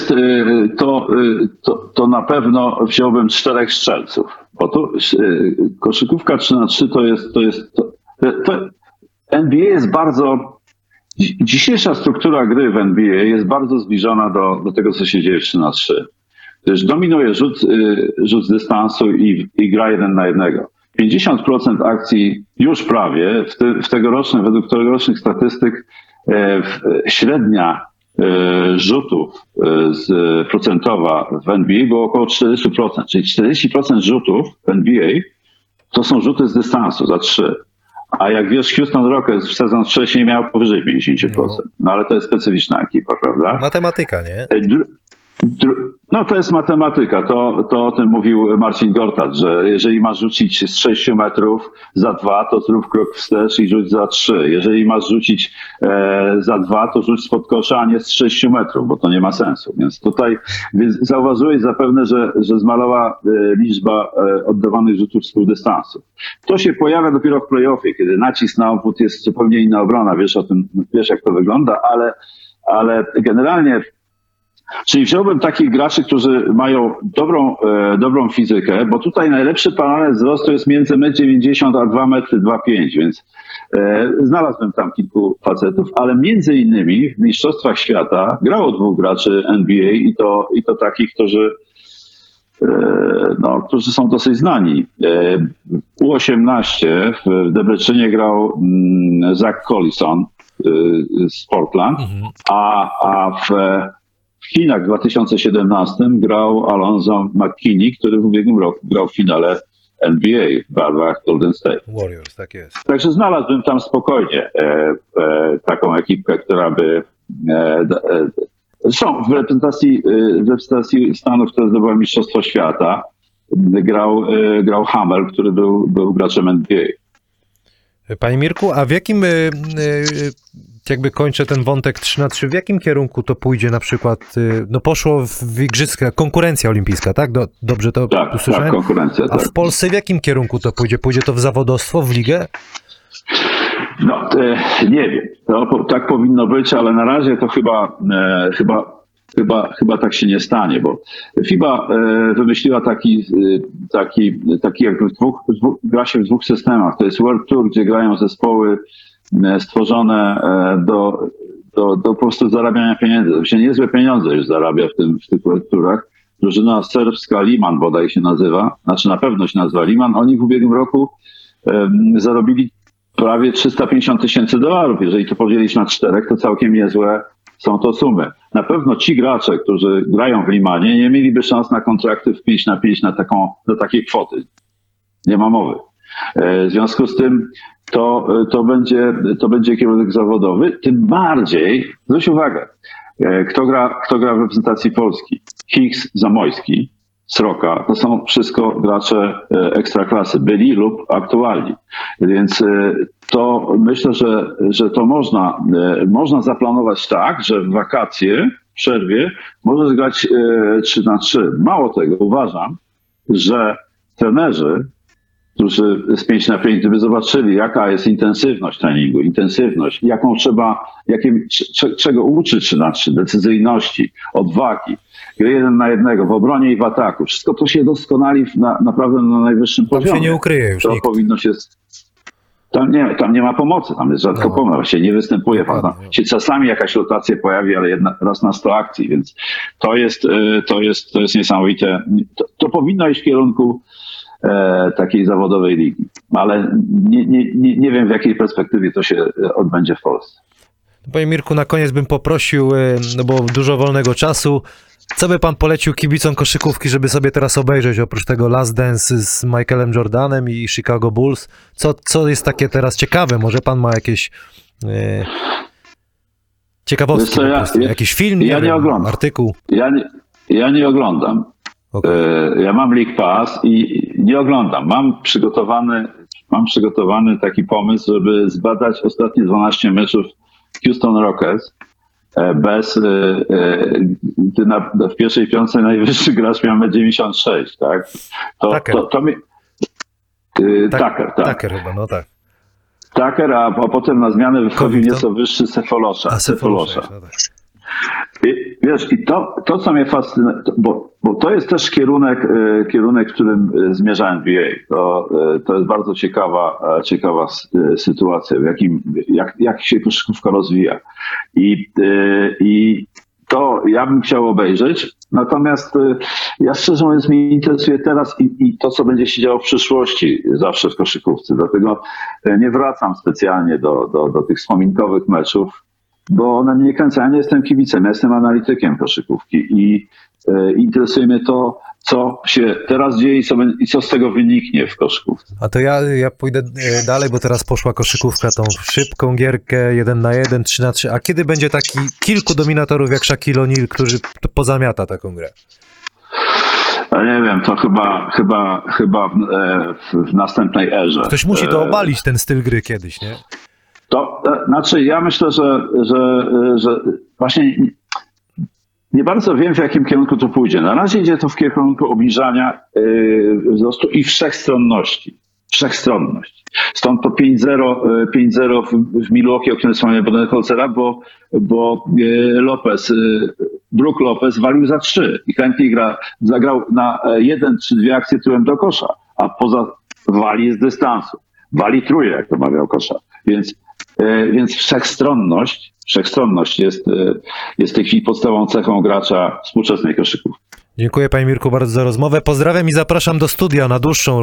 Speaker 3: to na pewno wziąłbym 4 strzelców, bo tu koszykówka 3x3 to NBA jest bardzo, dzisiejsza struktura gry w NBA jest bardzo zbliżona do tego, co się dzieje w 3x3. Też dominuje rzut z dystansu i gra 1 na 1. 50% akcji już prawie według tegorocznych statystyk średnia rzutów procentowa w NBA było około 40%, czyli 40% rzutów w NBA to są rzuty z dystansu za 3. A jak wiesz, Houston Rockets w sezon wcześniej miał powyżej 50%. No ale to jest specyficzna ekipa, prawda?
Speaker 1: Matematyka, nie?
Speaker 3: No to jest matematyka, to o tym mówił Marcin Gortat, że jeżeli masz rzucić z 6 metrów za 2, to zrób krok wstecz i rzuć za 3. Jeżeli masz rzucić za 2, to rzuć spod kosza, a nie z 6 metrów, bo to nie ma sensu. Więc tutaj zauważyłeś zapewne, że zmalała liczba oddawanych rzutów z półdystansu. To się pojawia dopiero w play-offie, kiedy nacisk na obwód jest zupełnie inna obrona. Wiesz jak to wygląda, ale generalnie czyli wziąłbym takich graczy, którzy mają dobrą fizykę, bo tutaj najlepszy parametr wzrostu jest między 1,90 m a 2,25 m, więc znalazłbym tam kilku facetów, ale między innymi w Mistrzostwach Świata grało 2 graczy NBA i to takich, którzy są dosyć znani. U18 w Debreczynie grał Zach Collison z Portland, a w Chinach w 2017 grał Alonzo McKinney, który w ubiegłym roku grał w finale NBA w barwach Golden State
Speaker 1: Warriors, tak jest.
Speaker 3: Także znalazłbym tam spokojnie taką ekipkę, która by... Zresztą w reprezentacji Stanów, która zdobyła Mistrzostwo Świata, grał Hamel, który był graczem NBA.
Speaker 1: Panie Mirku, a w jakim, jakby kończę ten wątek 3x3, w jakim kierunku to pójdzie na przykład, no poszło w igrzyska, konkurencja olimpijska, tak? Dobrze to usłyszałem?
Speaker 3: Tak, konkurencja.
Speaker 1: A w Polsce w jakim kierunku to pójdzie? Pójdzie to w zawodowstwo, w ligę?
Speaker 3: No, nie wiem. Tak powinno być, ale na razie to chyba chyba tak się nie stanie, bo FIBA wymyśliła taki jakby gra się w dwóch systemach. To jest World Tour, gdzie grają zespoły stworzone do po prostu zarabiania pieniędzy. To się niezłe pieniądze już zarabia w tych World Tourach. Drużyna serbska Liman bodaj się nazywa, znaczy na pewno się nazywa Liman. Oni w ubiegłym roku zarobili prawie $350,000. Jeżeli to podzielić na 4, to całkiem niezłe są to sumy. Na pewno ci gracze, którzy grają w Limanie, nie mieliby szans na kontrakty w 5/5 do takiej kwoty. Nie ma mowy. W związku z tym to będzie kierunek zawodowy. Tym bardziej, zwróć uwagę, kto gra w reprezentacji Polski? Higgs, Zamojski, Sroka, to są wszystko gracze ekstraklasy, byli lub aktualni. Więc to myślę, że to można zaplanować tak, że w wakacje, w przerwie możesz grać 3/3. Mało tego, uważam, że trenerzy, którzy z 5/5, gdyby zobaczyli, jaka jest intensywność treningu, czego uczy 3/3, decyzyjności, odwagi, gry 1 na 1 w obronie i w ataku. Wszystko to się doskonali naprawdę na najwyższym poziomie.
Speaker 1: Tam się nie ukryje już
Speaker 3: to
Speaker 1: nikt.
Speaker 3: powinno się... Tam nie ma pomocy, tam jest rzadko pomoc, właściwie nie występuje. Się czasami jakaś rotacja pojawi, ale raz na 100 akcji, więc to jest niesamowite. To powinno iść w kierunku takiej zawodowej ligi, ale nie wiem, w jakiej perspektywie to się odbędzie w Polsce.
Speaker 1: Panie Mirku, na koniec bym poprosił, no bo dużo wolnego czasu, co by pan polecił kibicom koszykówki, żeby sobie teraz obejrzeć, oprócz tego Last Dance z Michaelem Jordanem i Chicago Bulls? Co jest takie teraz ciekawe? Może pan ma jakieś ciekawostki, jakiś film,
Speaker 3: nie oglądam.
Speaker 1: artykuł?
Speaker 3: Ja nie oglądam.
Speaker 1: Okay.
Speaker 3: Ja mam League Pass i nie oglądam. Mam przygotowany taki pomysł, żeby zbadać ostatnie 12 meczów Houston Rockets w pierwszej piątce najwyższy gracz miał 96, tak?
Speaker 1: Tucker chyba, no tak.
Speaker 3: Tucker, a potem na zmianę wychodził nieco wyższy Sefolosza.
Speaker 1: No tak.
Speaker 3: I wiesz, to co mnie fascynuje, bo to jest też kierunek, w którym zmierza NBA. To jest bardzo ciekawa sytuacja, jak się koszykówka rozwija. I to ja bym chciał obejrzeć, natomiast ja szczerze mówiąc mnie interesuje teraz i to, co będzie się działo w przyszłości zawsze w koszykówce. Dlatego nie wracam specjalnie do tych wspominkowych meczów, bo one mnie nie kręcą. Ja nie jestem kibicem, ja jestem analitykiem koszykówki i interesuje mnie to, co się teraz dzieje i co z tego wyniknie w koszykówce.
Speaker 1: A to ja pójdę dalej, bo teraz poszła koszykówka, tą szybką gierkę 1 na 1, 3 na 3. A kiedy będzie taki kilku dominatorów jak Shaquille O'Neal, którzy pozamiata taką grę?
Speaker 3: Ja nie wiem, to chyba w następnej erze.
Speaker 1: Ktoś musi to obalić, ten styl gry kiedyś, nie?
Speaker 3: To znaczy, ja myślę, że właśnie nie bardzo wiem, w jakim kierunku to pójdzie. Na razie idzie to w kierunku obniżania wzrostu i wszechstronności. Stąd to 5-0 w Milwaukee, o którym wspomniałem Budenholzera, bo Brook Lopez walił za 3 i chętnie zagrał na 1 czy 2 akcje tyłem do kosza, a poza wali z dystansu. Wali truje, jak to mawiał Kosza. Więc wszechstronność jest w tej chwili podstawową cechą gracza współczesnej koszykówki.
Speaker 1: Dziękuję panie Mirku bardzo za rozmowę. Pozdrawiam i zapraszam do studia na dłuższą.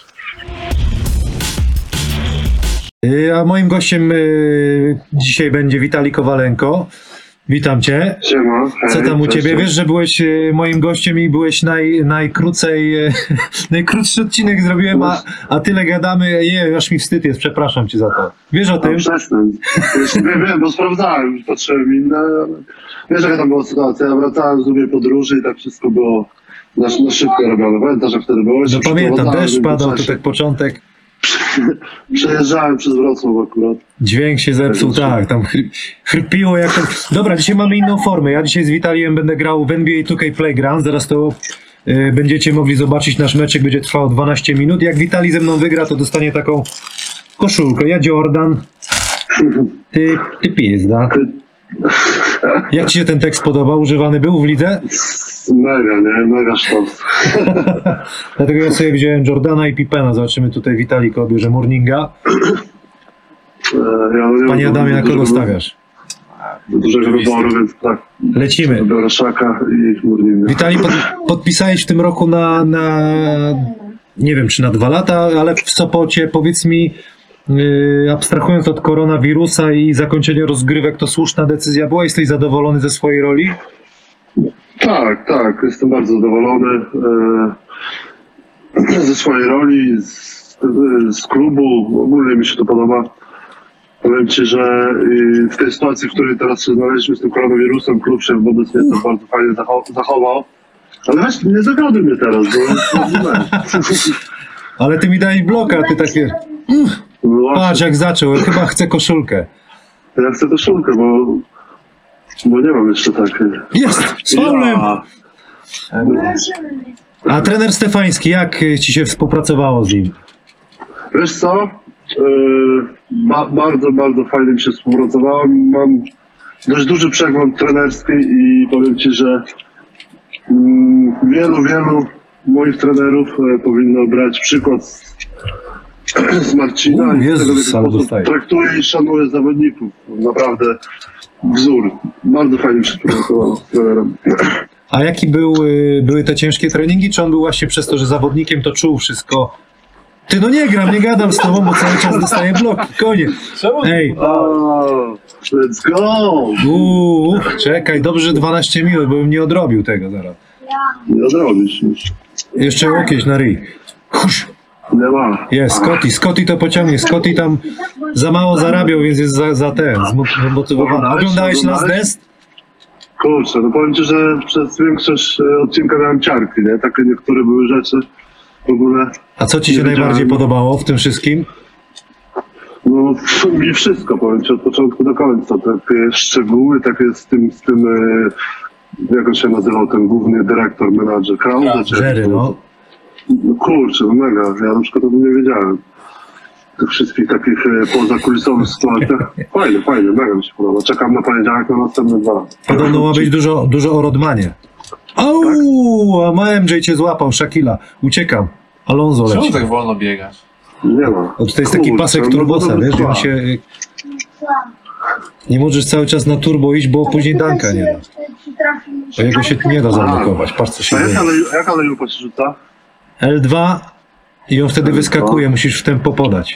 Speaker 1: A moim gościem dzisiaj będzie Witalij Kowalenko. Witam cię.
Speaker 4: Siema.
Speaker 1: Co tam u ciebie? Wiesz, że byłeś moim gościem i byłeś najkrótszy odcinek zrobiłem, a tyle gadamy. Aż mi wstyd jest, przepraszam cię za to. Wiesz o tym?
Speaker 4: Przestań. Wiem, bo sprawdzałem, już patrzyłem inne, ale wiesz, jaka tam była sytuacja. Ja wracałem z drugiej podróży i tak wszystko było na szybko robione. Pamiętasz, że wtedy byłeś?
Speaker 1: No pamiętam, deszcz padał, to tak początek.
Speaker 4: Przejeżdżałem przez Wrocław akurat.
Speaker 1: Dźwięk się zepsuł, tak, tam chrypiło jak to... Dobra, dzisiaj mamy inną formę. Ja dzisiaj z Witalijem będę grał w NBA 2K Playground. Zaraz to będziecie mogli zobaczyć. Nasz meczek będzie trwał 12 minut. Jak Witalij ze mną wygra, to dostanie taką koszulkę. Ja Jordan, ty pizda. Jak ci się ten tekst podoba? Używany był w lidze?
Speaker 4: Mega, nie? Mega sztos.
Speaker 1: Dlatego ja sobie wziąłem Jordana i Pippena. Zobaczymy tutaj, Witalik odbierze Morninga. Panie Adamie, na kogo stawiasz?
Speaker 4: Do dużego wyboru, więc tak.
Speaker 1: Lecimy.
Speaker 4: Biorę Szaka i Murninga.
Speaker 1: Witali, podpisałeś w tym roku na nie wiem, czy na 2 lata, ale w Sopocie, powiedz mi, abstrahując od koronawirusa i zakończenia rozgrywek, to słuszna decyzja była? Jesteś zadowolony ze swojej roli?
Speaker 4: Tak, tak. Jestem bardzo zadowolony ze swojej roli, z klubu. Ogólnie mi się to podoba. Powiem Ci, że w tej sytuacji, w której teraz się znaleźliśmy z tym koronawirusem, klub się wobec mnie to bardzo fajnie zachował. Ale weź, nie zagaduj mnie teraz, bo
Speaker 1: Ale ty mi dałeś bloka, ty takie...
Speaker 4: no
Speaker 1: Patrz
Speaker 4: właśnie,
Speaker 1: jak zaczął, chyba chcę koszulkę.
Speaker 4: ja chcę koszulkę, bo nie mam jeszcze takiej.
Speaker 1: Jest! Z faulem!
Speaker 4: Ja,
Speaker 1: A trener Stefański, jak ci się współpracowało z nim?
Speaker 4: wiesz co? Bardzo, bardzo fajnie mi się współpracowało. Mam dość duży przegląd trenerski i powiem Ci, że wielu moich trenerów powinno brać przykład z Marcina i z
Speaker 1: Jezus,
Speaker 4: tego, w jaki
Speaker 1: ale
Speaker 4: sposób
Speaker 1: dostaje.
Speaker 4: traktuje i szanuje zawodników. Naprawdę wzór. Bardzo fajnie mi się współpracowało z trenerem.
Speaker 1: A jaki były te ciężkie treningi? Czy on był właśnie przez to, że zawodnikiem to czuł wszystko? Ty no nie gram, nie gadam z tobą, bo cały czas dostaję bloki. Koniec. Ej,
Speaker 4: Oh, let's go!
Speaker 1: czekaj, dobrze, że 12 minut, bo bym nie odrobił tego zaraz.
Speaker 4: Nie zrobisz już.
Speaker 1: Jeszcze łokieć na ryj. Husz.
Speaker 4: Nie ma.
Speaker 1: Jest, Scotty to pociągnie. Scotty tam za mało zarabiał, więc jest za zmotywowany. Oglądałeś Last Dance?
Speaker 4: Kurczę, no powiem Ci, że przez większość odcinka miałem ciarki, nie? Takie niektóre były rzeczy w ogóle.
Speaker 1: A co ci się
Speaker 4: Nie wiedziałem.
Speaker 1: najbardziej podobało w tym wszystkim?
Speaker 4: No mi wszystko, powiem Ci, od początku do końca. Takie szczegóły, takie z tym jak on się nazywał, ten główny dyrektor, menadżer, Krause? czy
Speaker 1: Jerry,
Speaker 4: jak to-
Speaker 1: no.
Speaker 4: No kurczę, no mega. Ja na przykład o tym nie wiedziałem. Tych wszystkich takich pozakulisowych sytuacjach. Fajnie, mega mi się podoba. Czekam na poniedziałek na następne 2 lata.
Speaker 1: Podobno ma być dużo o Rodmanie. Au, a ma MJ cię złapał, Shakila. Uciekam. Alonso
Speaker 5: Czemu
Speaker 1: leci.
Speaker 5: tak wolno biegasz?
Speaker 4: Nie ma.
Speaker 1: O, tutaj jest taki
Speaker 4: Kurczę,
Speaker 1: pasek
Speaker 4: no
Speaker 1: turbosa,
Speaker 4: to
Speaker 1: wiesz,
Speaker 4: dwa.
Speaker 1: on się... Nie możesz cały czas na turbo iść, bo później danka nie da. Bo jego się nie da zablokować. Patrz co się
Speaker 4: A
Speaker 1: dzieje.
Speaker 4: jak alejupa się rzuca?
Speaker 1: L2 i on wtedy wyskakuje, musisz w tempo podać.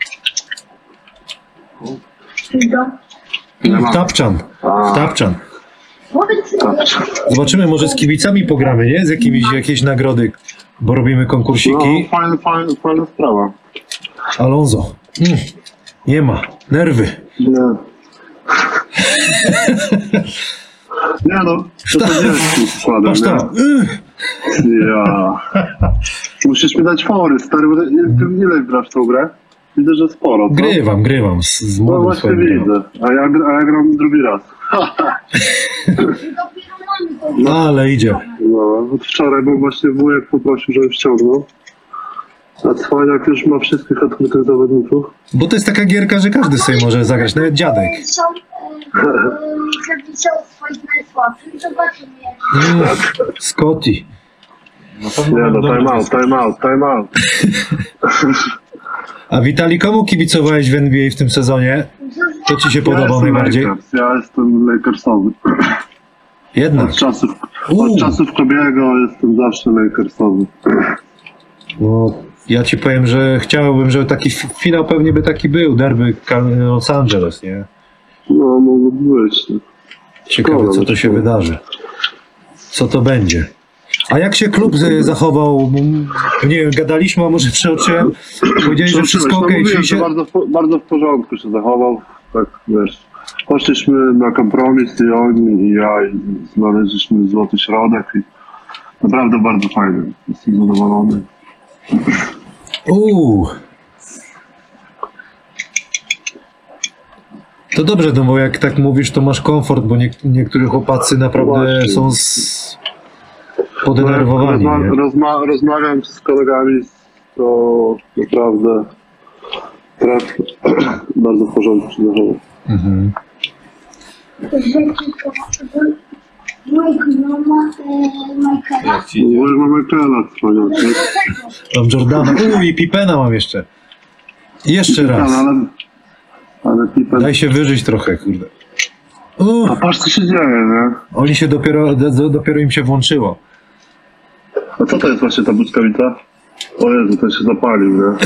Speaker 4: Nie ma.
Speaker 1: Tapczan.
Speaker 4: Tak.
Speaker 1: Zobaczymy, może z kibicami pogramy, nie? Z jakieś nagrody, bo robimy
Speaker 4: No,
Speaker 1: konkursiki.
Speaker 4: fajna sprawa.
Speaker 1: Alonso. Nie ma. Nerwy.
Speaker 4: Nie. Nie no, to nie jest tym składem,
Speaker 1: Masz
Speaker 4: nie?
Speaker 1: to.
Speaker 4: Ja. Musisz mi dać fory, stary, bo ty ile grasz w tą grę? Widzę, że sporo, co?
Speaker 1: Grywam z
Speaker 4: No
Speaker 1: młodym
Speaker 4: właśnie
Speaker 1: swoim.
Speaker 4: widzę, a ja gram drugi raz.
Speaker 1: Ale idzie.
Speaker 4: No, wczoraj był właśnie wujek poprosił, żebym ściągnął. A Cwaniak już ma wszystkich odkrytych zawodników.
Speaker 1: Bo to jest taka gierka, że każdy sobie może zagrać, nawet dziadek.
Speaker 6: Zapisał swoich najsłabszych, zobaczymy.
Speaker 1: Scotty.
Speaker 5: No pewno
Speaker 4: Nie no,
Speaker 5: będą
Speaker 4: time out.
Speaker 1: A Witali, komu kibicowałeś w NBA w tym sezonie? Co ci się
Speaker 4: Ja
Speaker 1: podobał
Speaker 4: jestem
Speaker 1: najbardziej?
Speaker 4: Lakers, ja jestem Lakersowy.
Speaker 1: Jednak.
Speaker 4: Od czasów Kobiego jestem zawsze Lakersowy.
Speaker 1: No, ja ci powiem, że chciałbym, żeby taki finał pewnie by taki był. Derby Los Angeles, nie?
Speaker 4: No, mogłoby być.
Speaker 1: Ciekawe, co to się wydarzy. Co to będzie. A jak się klub zachował? Nie wiem, gadaliśmy, a może przeoczyłem. Powiedziałeś, że wszystko okej.
Speaker 4: Mówiłem,
Speaker 1: Czyli się...
Speaker 4: że bardzo w porządku się zachował. Tak, wiesz. Poszliśmy na kompromis i oni, i ja, i znaleźliśmy złoty środek i naprawdę bardzo fajnie. Jestem zadowolony.
Speaker 1: To dobrze, no bo jak tak mówisz, to masz komfort, bo niektórzy chłopacy naprawdę
Speaker 4: Właśnie.
Speaker 1: są podenerwowani. Nie?
Speaker 4: Rozmawiam z kolegami, to naprawdę bardzo w porządku się zachował.
Speaker 1: Mhm.
Speaker 6: rzeczy, to mój gnoma Michaela.
Speaker 5: Jak ci idzie?
Speaker 4: Mówię, mamy Michaela cwaniaczek.
Speaker 1: Mam Jordana. I Pipena mam jeszcze. Jeszcze raz.
Speaker 4: Ale Pippen...
Speaker 1: Daj się wyżyć trochę, kurde.
Speaker 4: A patrz co się dzieje, nie?
Speaker 1: Oni się dopiero im się włączyło.
Speaker 4: A co to jest właśnie ta błyskawica? O Jezu, ten się zapalił, nie?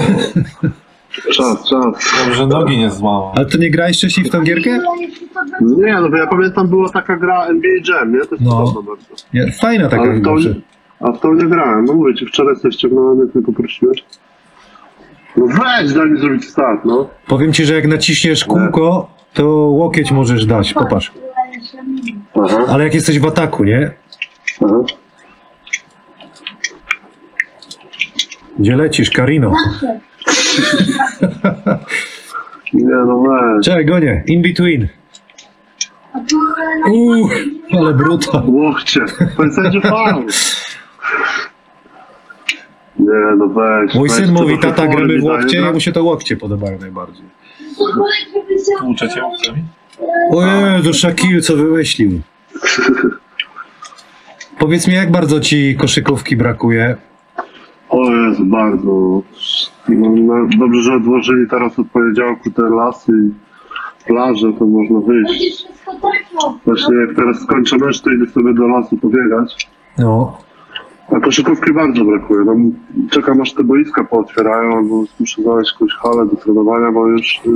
Speaker 4: Czas.
Speaker 5: Dobrze, nogi nie złamał.
Speaker 1: Ale to nie grałeś wcześniej w tą gierkę?
Speaker 4: Nie, no bo ja pamiętam, była taka gra NBA Jam, nie? To jest
Speaker 1: No.
Speaker 4: podobno bardzo.
Speaker 1: Nie, fajna taka
Speaker 4: Ale w tą,
Speaker 1: gra.
Speaker 4: a w tą nie grałem. No mówię ci, wczoraj sobie ściągnąłem, jak mnie poprosiłeś. No weź, daj mi zrobić start, no.
Speaker 1: Powiem ci, że jak naciśniesz kółko, to łokieć możesz dać. Popatrz.
Speaker 4: Aha.
Speaker 1: Ale jak jesteś w ataku, nie?
Speaker 4: Aha.
Speaker 1: Gdzie lecisz, Karino?
Speaker 4: Nie, no weź.
Speaker 1: Czekaj, gonię. In between.
Speaker 6: A tu
Speaker 1: Ale bruta.
Speaker 4: Łokcie. To jest sędzia faul. Nie, no weź.
Speaker 1: Mój
Speaker 4: weź,
Speaker 1: syn
Speaker 4: co
Speaker 1: mówi,
Speaker 4: to
Speaker 1: tata,
Speaker 4: fory
Speaker 1: gramy
Speaker 4: mi
Speaker 1: w
Speaker 4: daje,
Speaker 1: łokcie,
Speaker 4: no.
Speaker 1: jemu się to łokcie podobają najbardziej.
Speaker 5: Tłucze cię łokciami?
Speaker 1: O Jezu, Shaquille, co wymyślił. Powiedz mi, jak bardzo ci koszykówki brakuje?
Speaker 4: O Jezu, bardzo. No, dobrze, że odłożyli teraz od poniedziałku te lasy i plaże, to można wyjść.
Speaker 6: wszystko tak
Speaker 4: Właśnie jak teraz skończę mecz, to idę sobie do lasu pobiegać.
Speaker 1: No,
Speaker 4: A koszykówki bardzo brakuje. No, czekam aż te boiska pootwierają, albo muszę znaleźć jakąś halę do trenowania, bo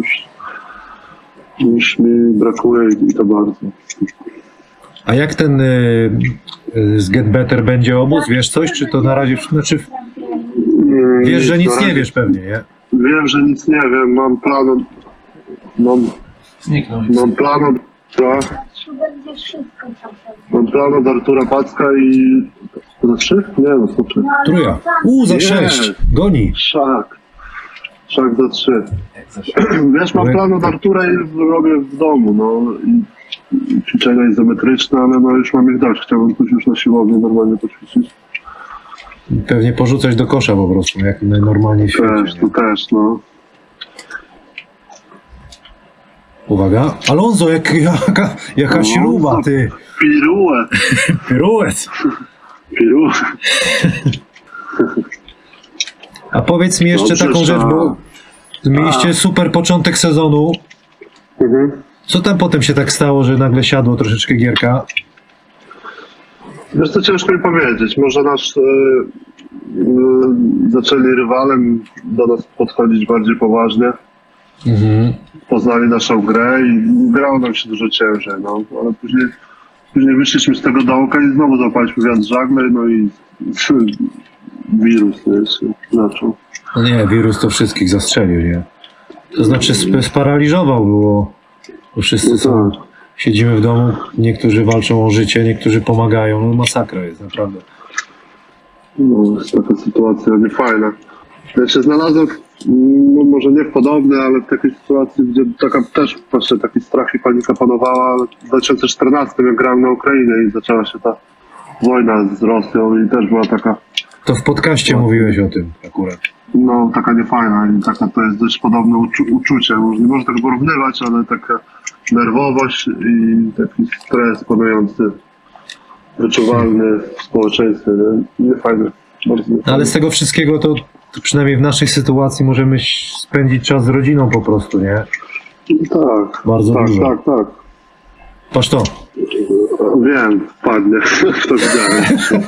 Speaker 4: już mi brakuje i to bardzo.
Speaker 1: a jak ten z Get Better będzie obóz? Wiesz coś, czy to na razie... Znaczy, wiesz, że nic nie wiesz pewnie, nie?
Speaker 4: Wiem, że nic nie wiem. Mam plan.
Speaker 5: Zniknął.
Speaker 4: Mam plan od...
Speaker 6: będzie wszystko czasem.
Speaker 4: Mam plan od Artura Packa i... Za 3? Nie, no słuchaj.
Speaker 1: Truja. Za
Speaker 4: Nie.
Speaker 1: 6. Goni.
Speaker 4: Szak za 3.
Speaker 5: Jak zaś.
Speaker 4: Wiesz, mam plan od Artura i robię w domu, no. I ćwiczenia izometryczne, ale no już mam ich dość. Chciałbym coś już na siłowni normalnie poćwiczyć.
Speaker 1: Pewnie porzucać do kosza po prostu, jak najnormalniej w
Speaker 4: Też,
Speaker 1: świecie.
Speaker 4: to
Speaker 1: Nie?
Speaker 4: też, no.
Speaker 1: Uwaga. Alonso, jaka
Speaker 4: Alonso.
Speaker 1: śruba, ty.
Speaker 4: Piruet.
Speaker 1: Piruet.
Speaker 4: Piruet.
Speaker 1: A powiedz mi jeszcze
Speaker 4: Dobrze,
Speaker 1: taką
Speaker 4: że-
Speaker 1: rzecz, bo mieliście super początek sezonu.
Speaker 4: Mhm.
Speaker 1: Co tam potem się tak stało, że nagle siadło troszeczkę gierka?
Speaker 4: Wiesz co, ciężko mi powiedzieć. Może nas zaczęli rywalem do nas podchodzić bardziej poważnie. Poznali naszą grę i grało nam się dużo ciężej, no. Ale później wyszliśmy z tego dołka i znowu złapaliśmy wiatr żagle, no i wirus, nie, się zaczął.
Speaker 1: No nie, wirus to wszystkich zastrzelił, nie? To znaczy sparaliżował, bo wszyscy są,
Speaker 4: tak.
Speaker 1: siedzimy w domu, niektórzy walczą o życie, niektórzy pomagają, no masakra jest, naprawdę.
Speaker 4: No, jest taka sytuacja niefajna. Ja się znalazłem, no może nie w podobnej, ale w takiej sytuacji, gdzie taka też właśnie taki strach i panika panowała. W 2014 jak grałem na Ukrainie i zaczęła się ta wojna z Rosją i też była taka,
Speaker 1: To w podcaście mówiłeś o tym akurat.
Speaker 4: no taka niefajna i taka to jest dość podobne uczucie. Nie można tego porównywać, ale taka nerwowość i taki stres panujący, wyczuwalny w społeczeństwie, nie? Niefajne. Bardzo niefajne.
Speaker 1: Ale z tego wszystkiego to przynajmniej w naszej sytuacji możemy spędzić czas z rodziną po prostu, nie?
Speaker 4: Tak,
Speaker 1: Bardzo
Speaker 4: tak,
Speaker 1: dużo.
Speaker 4: tak.
Speaker 1: Patrz to.
Speaker 4: Wiem, wpadnie, to widziałem.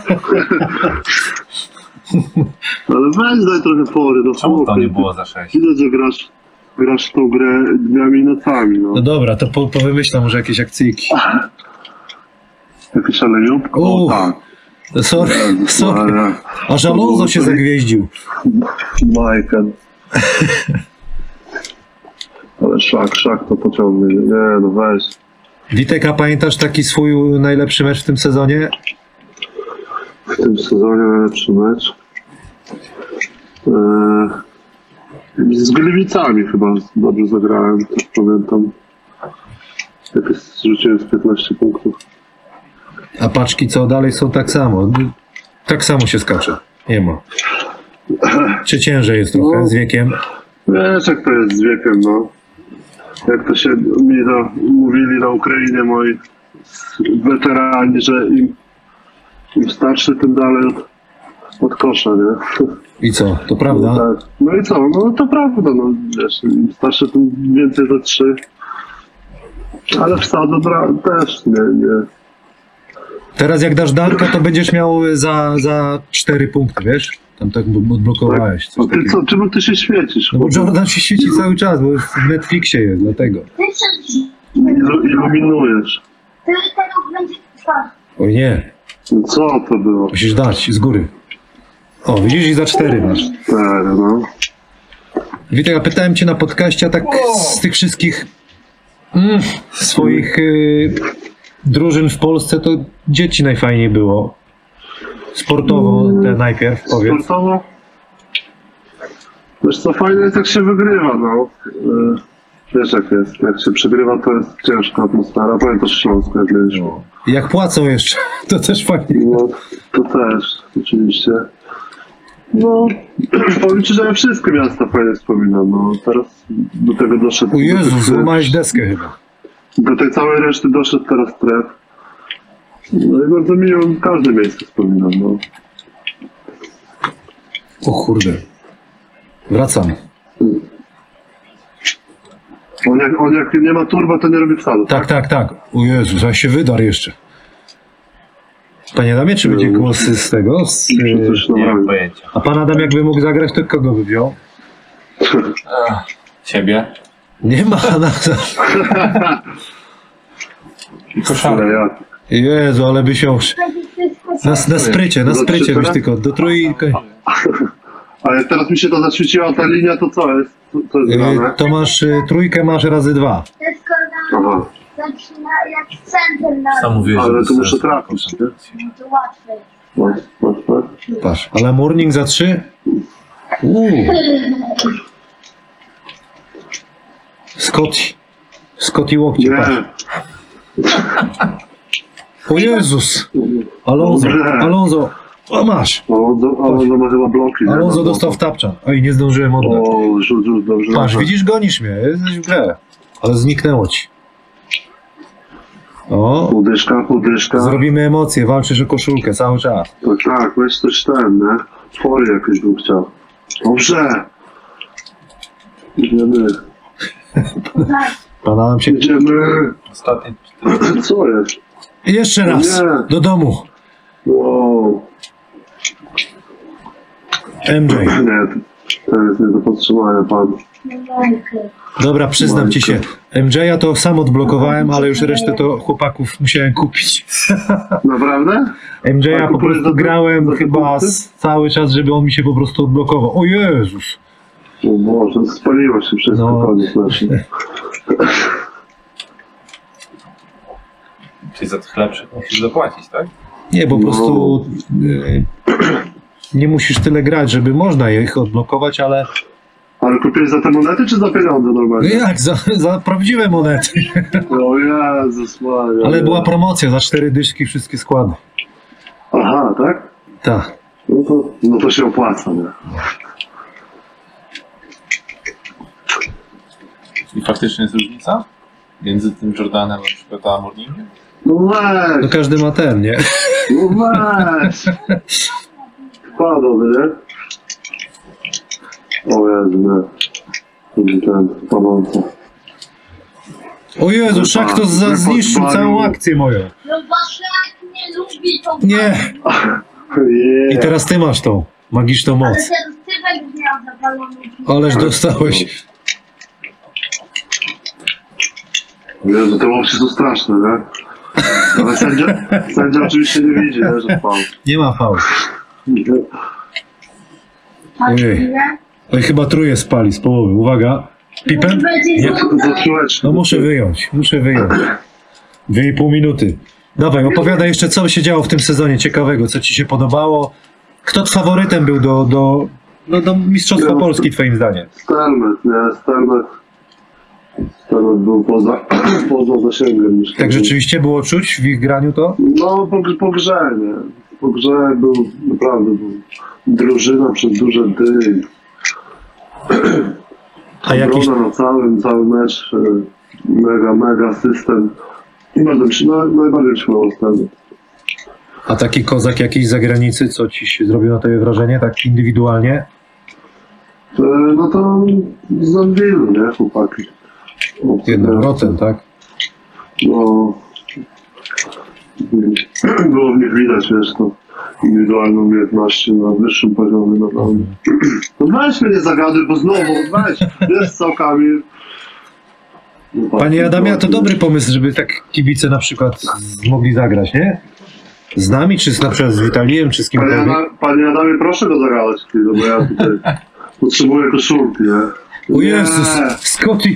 Speaker 4: Ale weź daj trochę pory, no
Speaker 5: Czemu to
Speaker 4: chłopie.
Speaker 5: nie było za 6?
Speaker 4: Widać, że grasz w tą grę dniami i nocami, no.
Speaker 1: No dobra, to powymyślam może jakieś akcyjki.
Speaker 4: Jakieś alejupko,
Speaker 1: Uff.
Speaker 4: tak.
Speaker 1: Sorry.
Speaker 4: Ale
Speaker 1: Aż Alonso się zagwieździł.
Speaker 4: Michael. Ale szak to pociągnie. Nie, no weź.
Speaker 1: Witek, a pamiętasz taki swój najlepszy mecz w tym sezonie?
Speaker 4: W tym sezonie najlepszy mecz. Z Gliwicami chyba dobrze zagrałem, też pamiętam. Jak zrzuciłem z 15 punktów.
Speaker 1: A paczki co dalej są tak samo. Tak samo się skacze. Nie ma. Czy ciężej jest trochę z wiekiem?
Speaker 4: Wiesz jak to jest z wiekiem, no. jak to się mi mówili na Ukrainie moi weterani, że im starszy, tym dalej od kosza, nie?
Speaker 1: I co, to prawda?
Speaker 4: Tak. No i co? No to prawda, no wiesz, im starszy, tym więcej za 3. Ale wsadu też nie.
Speaker 1: Teraz jak dasz Danka, to będziesz miał za 4 punkty, wiesz? Tam tak odblokowałeś.
Speaker 4: No
Speaker 1: Coś
Speaker 4: ty
Speaker 1: takiego.
Speaker 4: co, czemu ty się świecisz?
Speaker 1: No bo Jordan się świeci cały czas, bo w Netflixie jest, dlatego.
Speaker 4: Iluminujesz.
Speaker 6: Ty teraz będzie trwać.
Speaker 1: Oj nie,
Speaker 4: Co to było?
Speaker 1: musisz dać z góry. O, widzisz, i za 4 masz.
Speaker 4: Tak, no.
Speaker 1: Witek, ja pytałem cię na podcaście, a tak z tych wszystkich swoich drużyn w Polsce, to gdzie ci najfajniej było? Sportowo te najpierw, powiedz.
Speaker 4: Sportowo? Wiesz co, fajnie jest jak się wygrywa, no. Wiesz jak jest, jak się przegrywa, to jest ciężka atmosfera. Pamiętasz Śląsk, jak mieliśmy.
Speaker 1: Jak płacą jeszcze, to też fajnie.
Speaker 4: No, to też, oczywiście. No, powiem ci, że ja wszystkie miasta fajnie wspominam, no. Teraz do tego doszedł...
Speaker 1: O Jezu, złamałeś deskę chyba.
Speaker 4: Do tej całej reszty doszedł teraz tref. No i bardzo miło każde miejsce wspominam, no.
Speaker 1: O kurde. Wracam.
Speaker 4: On jak nie ma turbo, to nie robi wcale.
Speaker 1: Tak. O Jezu, zaś się wydarł jeszcze. Panie Adamie, czy będzie głos z tego?
Speaker 4: Coś
Speaker 5: Nie mam
Speaker 4: nowego.
Speaker 5: pojęcia.
Speaker 1: A pan Adam jakby mógł zagrać, to kogo by wziął?
Speaker 5: Ciebie?
Speaker 1: Nie ma na...
Speaker 5: I koszarkę.
Speaker 4: Ale ja...
Speaker 1: Jezu, ale by się... Na sprycie byś
Speaker 4: teraz?
Speaker 1: tylko do trójki.
Speaker 4: Ale teraz mi się to zaświeciła ta linia, to co jest? Co jest grane?
Speaker 1: To masz trójkę, masz razy 2.
Speaker 6: To jest kolega,
Speaker 4: Aha,
Speaker 6: zaczyna jak center na
Speaker 5: Sam mówię,
Speaker 4: ale
Speaker 5: żeby
Speaker 4: to muszę
Speaker 5: sobie
Speaker 4: trafić, nie?
Speaker 6: no to łatwe.
Speaker 4: No.
Speaker 1: Patrz, ale Morning za 3? Scotty łokcie, patrz.
Speaker 4: Nie,
Speaker 1: O Jezus!
Speaker 4: Dobrze.
Speaker 1: Alonso! O, masz!
Speaker 4: on ma chyba bloki. nie?
Speaker 1: Alonso dostał w tapczan. Oj, nie zdążyłem oddać.
Speaker 4: O, rzut, dobrze.
Speaker 1: Patrz, widzisz, gonisz mnie, jesteś w grze. Ale zniknęło ci. O,
Speaker 4: Udyszka.
Speaker 1: zrobimy emocje, walczysz o koszulkę cały czas.
Speaker 4: Tak, weź coś ten, nie? Fory jakieś bym chciał. Dobrze. Idziemy.
Speaker 1: Pana nam się...
Speaker 4: Idziemy.
Speaker 5: Ostatnie
Speaker 4: Co jest?
Speaker 1: Jeszcze raz!
Speaker 4: Nie.
Speaker 1: Do domu!
Speaker 4: Wow.
Speaker 1: MJ.
Speaker 4: Nie, to jest nie do podtrzymania, pan.
Speaker 1: Dobra, przyznam ci się. MJ-a to sam odblokowałem, ale już resztę to chłopaków musiałem kupić.
Speaker 4: Naprawdę?
Speaker 1: MJ-a
Speaker 4: A
Speaker 1: po
Speaker 4: kupujesz
Speaker 1: prostu
Speaker 4: za te-
Speaker 1: grałem
Speaker 4: za te
Speaker 1: chyba
Speaker 4: punkty?
Speaker 1: cały czas, żeby on mi się po prostu odblokował. O Jezus!
Speaker 4: O Boże, spaliło się wszystko,
Speaker 1: No.
Speaker 4: koniec nasz.
Speaker 5: Czyli za tych lepszych musisz zapłacić, tak?
Speaker 1: Nie, bo po
Speaker 4: No.
Speaker 1: prostu nie musisz tyle grać, żeby można ich odblokować, ale
Speaker 4: Ale kupiłeś za te monety, czy za pieniądze
Speaker 1: no
Speaker 4: normalnie?
Speaker 1: jak, za prawdziwe monety.
Speaker 4: O Jezus Maria.
Speaker 1: Ale była promocja, za 4 dyszki wszystkie składy.
Speaker 4: Aha, tak?
Speaker 1: Tak.
Speaker 4: No to się opłaca, nie?
Speaker 5: I faktycznie jest różnica między tym Jordanem na przykład a Morningiem?
Speaker 4: No
Speaker 1: No
Speaker 4: weź,
Speaker 1: każdy ma ten, nie?
Speaker 4: no weź. Padłoby, nie? O Jezu, nie. Ten, padący.
Speaker 1: O Jezu, Szachtos zniszczył całą akcję moją.
Speaker 6: No Waszak nie lubi to.
Speaker 1: Nie! I teraz ty masz tą magiczną
Speaker 6: Ale
Speaker 1: moc.
Speaker 6: ten typek miał zapalony.
Speaker 1: Ależ dostałeś.
Speaker 4: Jezu, te łokcie są straszne, nie? Ale sędzia oczywiście nie widzi, nie, że pan.
Speaker 1: Nie ma fału. Ojej. Oj, chyba truje spali z połowy. Uwaga. Pipen? Nie.
Speaker 4: Za czułeczkę.
Speaker 1: No muszę wyjąć. 2,5 minuty. Dawaj, opowiadaj jeszcze, co się działo w tym sezonie ciekawego, co ci się podobało. Kto faworytem był do Mistrzostwa Polski, twoim zdaniem?
Speaker 4: Stelmet, nie? Stelmet był poza zasięgiem. Myślę.
Speaker 1: Tak rzeczywiście było czuć w ich graniu to?
Speaker 4: No, po grze, nie? Po grze drużyna przez duże dy.
Speaker 1: A jakiś...
Speaker 4: Obrona na cały mecz, mega system. I bardzo najbardziej mi się podobał ten.
Speaker 1: A taki kozak jakiś z zagranicy, co ci się zrobił na tobie wrażenie, tak indywidualnie?
Speaker 4: No to za wielu, nie, chłopaki.
Speaker 1: Jednorotem, tak?
Speaker 4: No, było w nich widać, wiesz, to indywidualne umiejętności na wyższym poziomie, naprawdę. No weź mnie nie zagaduj, bo znowu, weź, jest całkami. No,
Speaker 1: Panie Adamie, to dobry pomysł, żeby tak kibice na przykład mogli zagrać, nie? Z nami, czy na przykład z Witaliem, czy z kimkolwiek?
Speaker 4: Panie Adamie, proszę go zagadać chwilę, bo ja tutaj potrzebuję koszulki, nie?
Speaker 1: O Jezus, Scotty!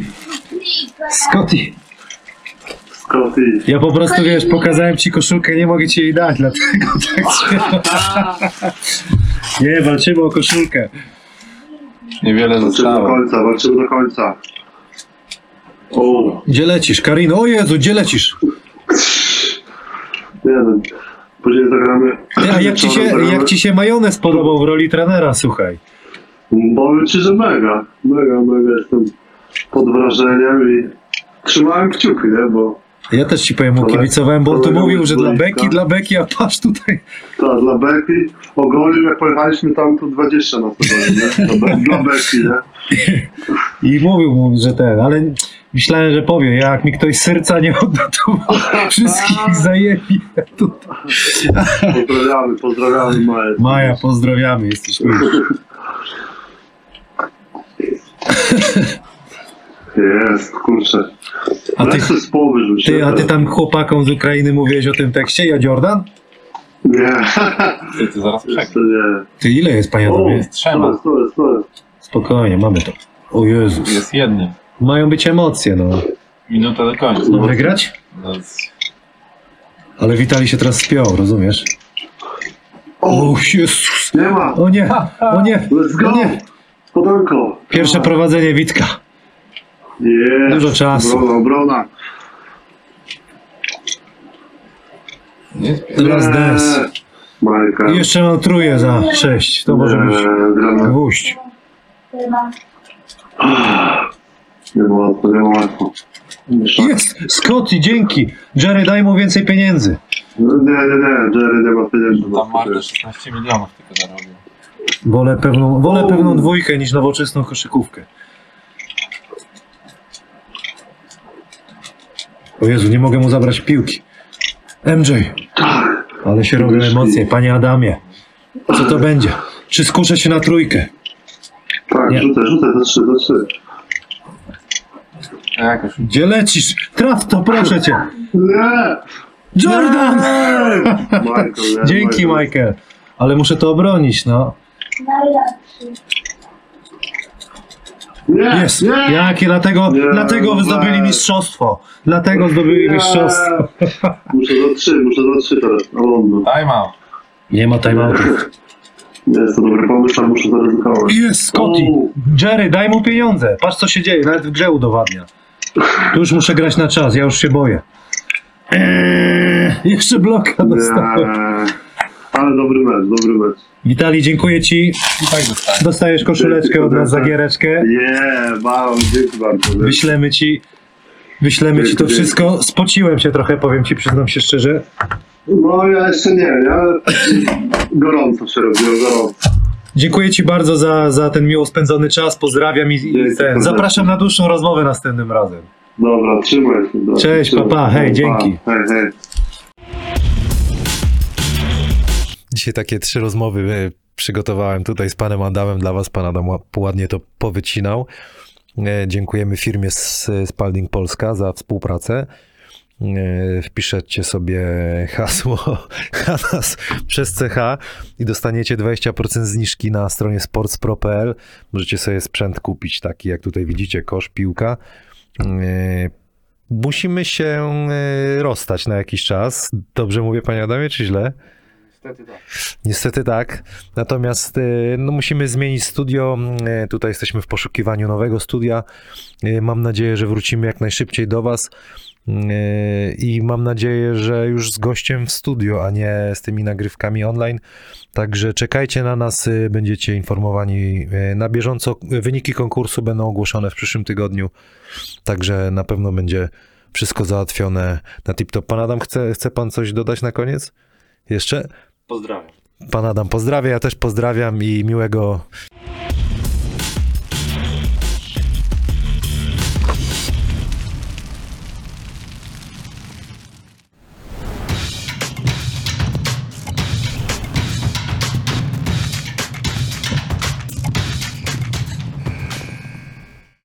Speaker 4: Scotty.
Speaker 1: Ja po prostu, wiesz, pokazałem ci koszulkę, nie mogę ci jej dać, dlatego tak się... Nie, walczymy o koszulkę.
Speaker 5: Niewiele zostało.
Speaker 4: Walczymy do końca. O,
Speaker 1: Gdzie lecisz, Karino? O Jezu, gdzie lecisz?
Speaker 4: nie wiem. Później zagramy.
Speaker 1: Ty, a jak ci się majonez podobał w roli trenera, słuchaj?
Speaker 4: Powiem ci, że mega jestem pod wrażeniem i trzymałem kciuki, nie, bo
Speaker 1: Ja też ci powiem, ukibicowałem, bo on tu mówił, że dla beki, a patrz tutaj.
Speaker 4: tak, dla Beki ogolił, jak pojechaliśmy tam, to 20 na sekundę, nie? Dla Beki, nie?
Speaker 1: I mówił, że ale myślałem, że powie, jak mi ktoś serca nie odda, to wszystkich zajebie tutaj.
Speaker 4: Pozdrawiamy Maję.
Speaker 1: Maja, pozdrawiamy, jesteś miły.
Speaker 4: Jest, kurczę.
Speaker 1: A ty,
Speaker 4: Lecę z połowy rzuciłem.
Speaker 1: a ty tam chłopakom z Ukrainy mówiłeś o tym tekście, ja Jordan?
Speaker 4: Nie.
Speaker 5: Ty zaraz
Speaker 4: Jeszcze
Speaker 5: przeknę.
Speaker 4: nie.
Speaker 1: Ty ile jest, panie
Speaker 4: O,
Speaker 1: Adamie?
Speaker 5: Trzema.
Speaker 4: Stoję.
Speaker 1: Spokojnie, mamy to. O Jezus.
Speaker 5: Jest jednym.
Speaker 1: Mają być emocje, no.
Speaker 5: Minuta do końca.
Speaker 1: No wygrać?
Speaker 5: No,
Speaker 1: Ale Witali się teraz spiął, rozumiesz? O Jezus.
Speaker 4: Nie ma.
Speaker 1: O nie, o nie,
Speaker 4: Let's go.
Speaker 1: o nie.
Speaker 4: Podanko.
Speaker 1: Pierwsze prowadzenie Witka.
Speaker 4: Jest.
Speaker 1: Dużo czasu.
Speaker 4: Obrona.
Speaker 1: Last dance.
Speaker 4: Majka.
Speaker 1: I jeszcze mam trójkę za 6. To może być
Speaker 4: Gramy.
Speaker 1: gwóźdź.
Speaker 4: Nie ma łatwo.
Speaker 1: Jest! Scotty, dzięki! Jerry, daj mu więcej pieniędzy.
Speaker 4: Nie. Jerry nie ma pieniędzy.
Speaker 5: tam Marta 16 milionów tylko zarobił.
Speaker 1: Wolę pewną dwójkę niż nowoczesną koszykówkę. O Jezu, nie mogę mu zabrać piłki. MJ. Ale się robią emocje. Panie Adamie. Co to będzie? Czy skuszę się na trójkę?
Speaker 4: Tak,
Speaker 1: Nie.
Speaker 4: rzucę do 3.
Speaker 5: Jakoś.
Speaker 1: Gdzie lecisz? Traf to, proszę cię.
Speaker 4: Nie!
Speaker 1: Jordan!
Speaker 4: Michael, nie,
Speaker 1: Dzięki, Michael. Ale muszę to obronić, no.
Speaker 6: Najlepszy.
Speaker 4: Nie!
Speaker 1: Jest.
Speaker 4: Nie!
Speaker 1: Jakie? Dlatego
Speaker 4: Nie,
Speaker 1: zdobyli
Speaker 4: nie.
Speaker 1: mistrzostwo. Dlatego zdobyli mistrzostwo.
Speaker 4: Muszę do 3 teraz.
Speaker 5: Time out.
Speaker 1: Nie ma timeoutów.
Speaker 4: Nie jest to dobry pomysł, ale muszę zaryzykować.
Speaker 1: Jest, Scotty. Jerry, daj mu pieniądze. Patrz, co się dzieje. Nawet w grze udowadnia. Tu już muszę grać na czas. Ja już się boję. Jeszcze bloka dostałem.
Speaker 4: Ale dobry mecz.
Speaker 1: Witali, dziękuję ci.
Speaker 5: I tak dostanie.
Speaker 1: Dostajesz koszuleczkę od nas za giereczkę.
Speaker 4: Dzięki bardzo.
Speaker 1: Wyślemy ci to wszystko. Spociłem się trochę, powiem ci, przyznam się szczerze.
Speaker 4: No ja jeszcze nie, gorąco się robiło, gorąco.
Speaker 1: Dziękuję ci bardzo za ten miło spędzony czas. Pozdrawiam i zapraszam na dłuższą rozmowę następnym razem.
Speaker 4: Dobra, trzymaj się. Dobra.
Speaker 1: Cześć, papa, hej, dzięki.
Speaker 4: Hej.
Speaker 1: Dzisiaj takie 3 rozmowy przygotowałem tutaj z panem Adamem dla was. Pan Adam ładnie to powycinał. Dziękujemy firmie Spalding Polska za współpracę. Wpiszecie sobie hasło Hanas przez CH i dostaniecie 20% zniżki na stronie sportspro.pl. Możecie sobie sprzęt kupić taki, jak tutaj widzicie, kosz, piłka. Musimy się rozstać na jakiś czas. Dobrze mówię, panie Adamie, czy źle?
Speaker 5: Niestety tak.
Speaker 1: Niestety tak. Natomiast no, musimy zmienić studio. Tutaj jesteśmy w poszukiwaniu nowego studia. Mam nadzieję, że wrócimy jak najszybciej do Was. I mam nadzieję, że już z gościem w studio, a nie z tymi nagrywkami online. Także czekajcie na nas, będziecie informowani na bieżąco. Wyniki konkursu będą ogłoszone w przyszłym tygodniu. Także na pewno będzie wszystko załatwione na tip-top. Pan Adam, chce pan coś dodać na koniec? Jeszcze?
Speaker 5: Pozdrawiam.
Speaker 1: Pan Adam pozdrawia, ja też pozdrawiam i miłego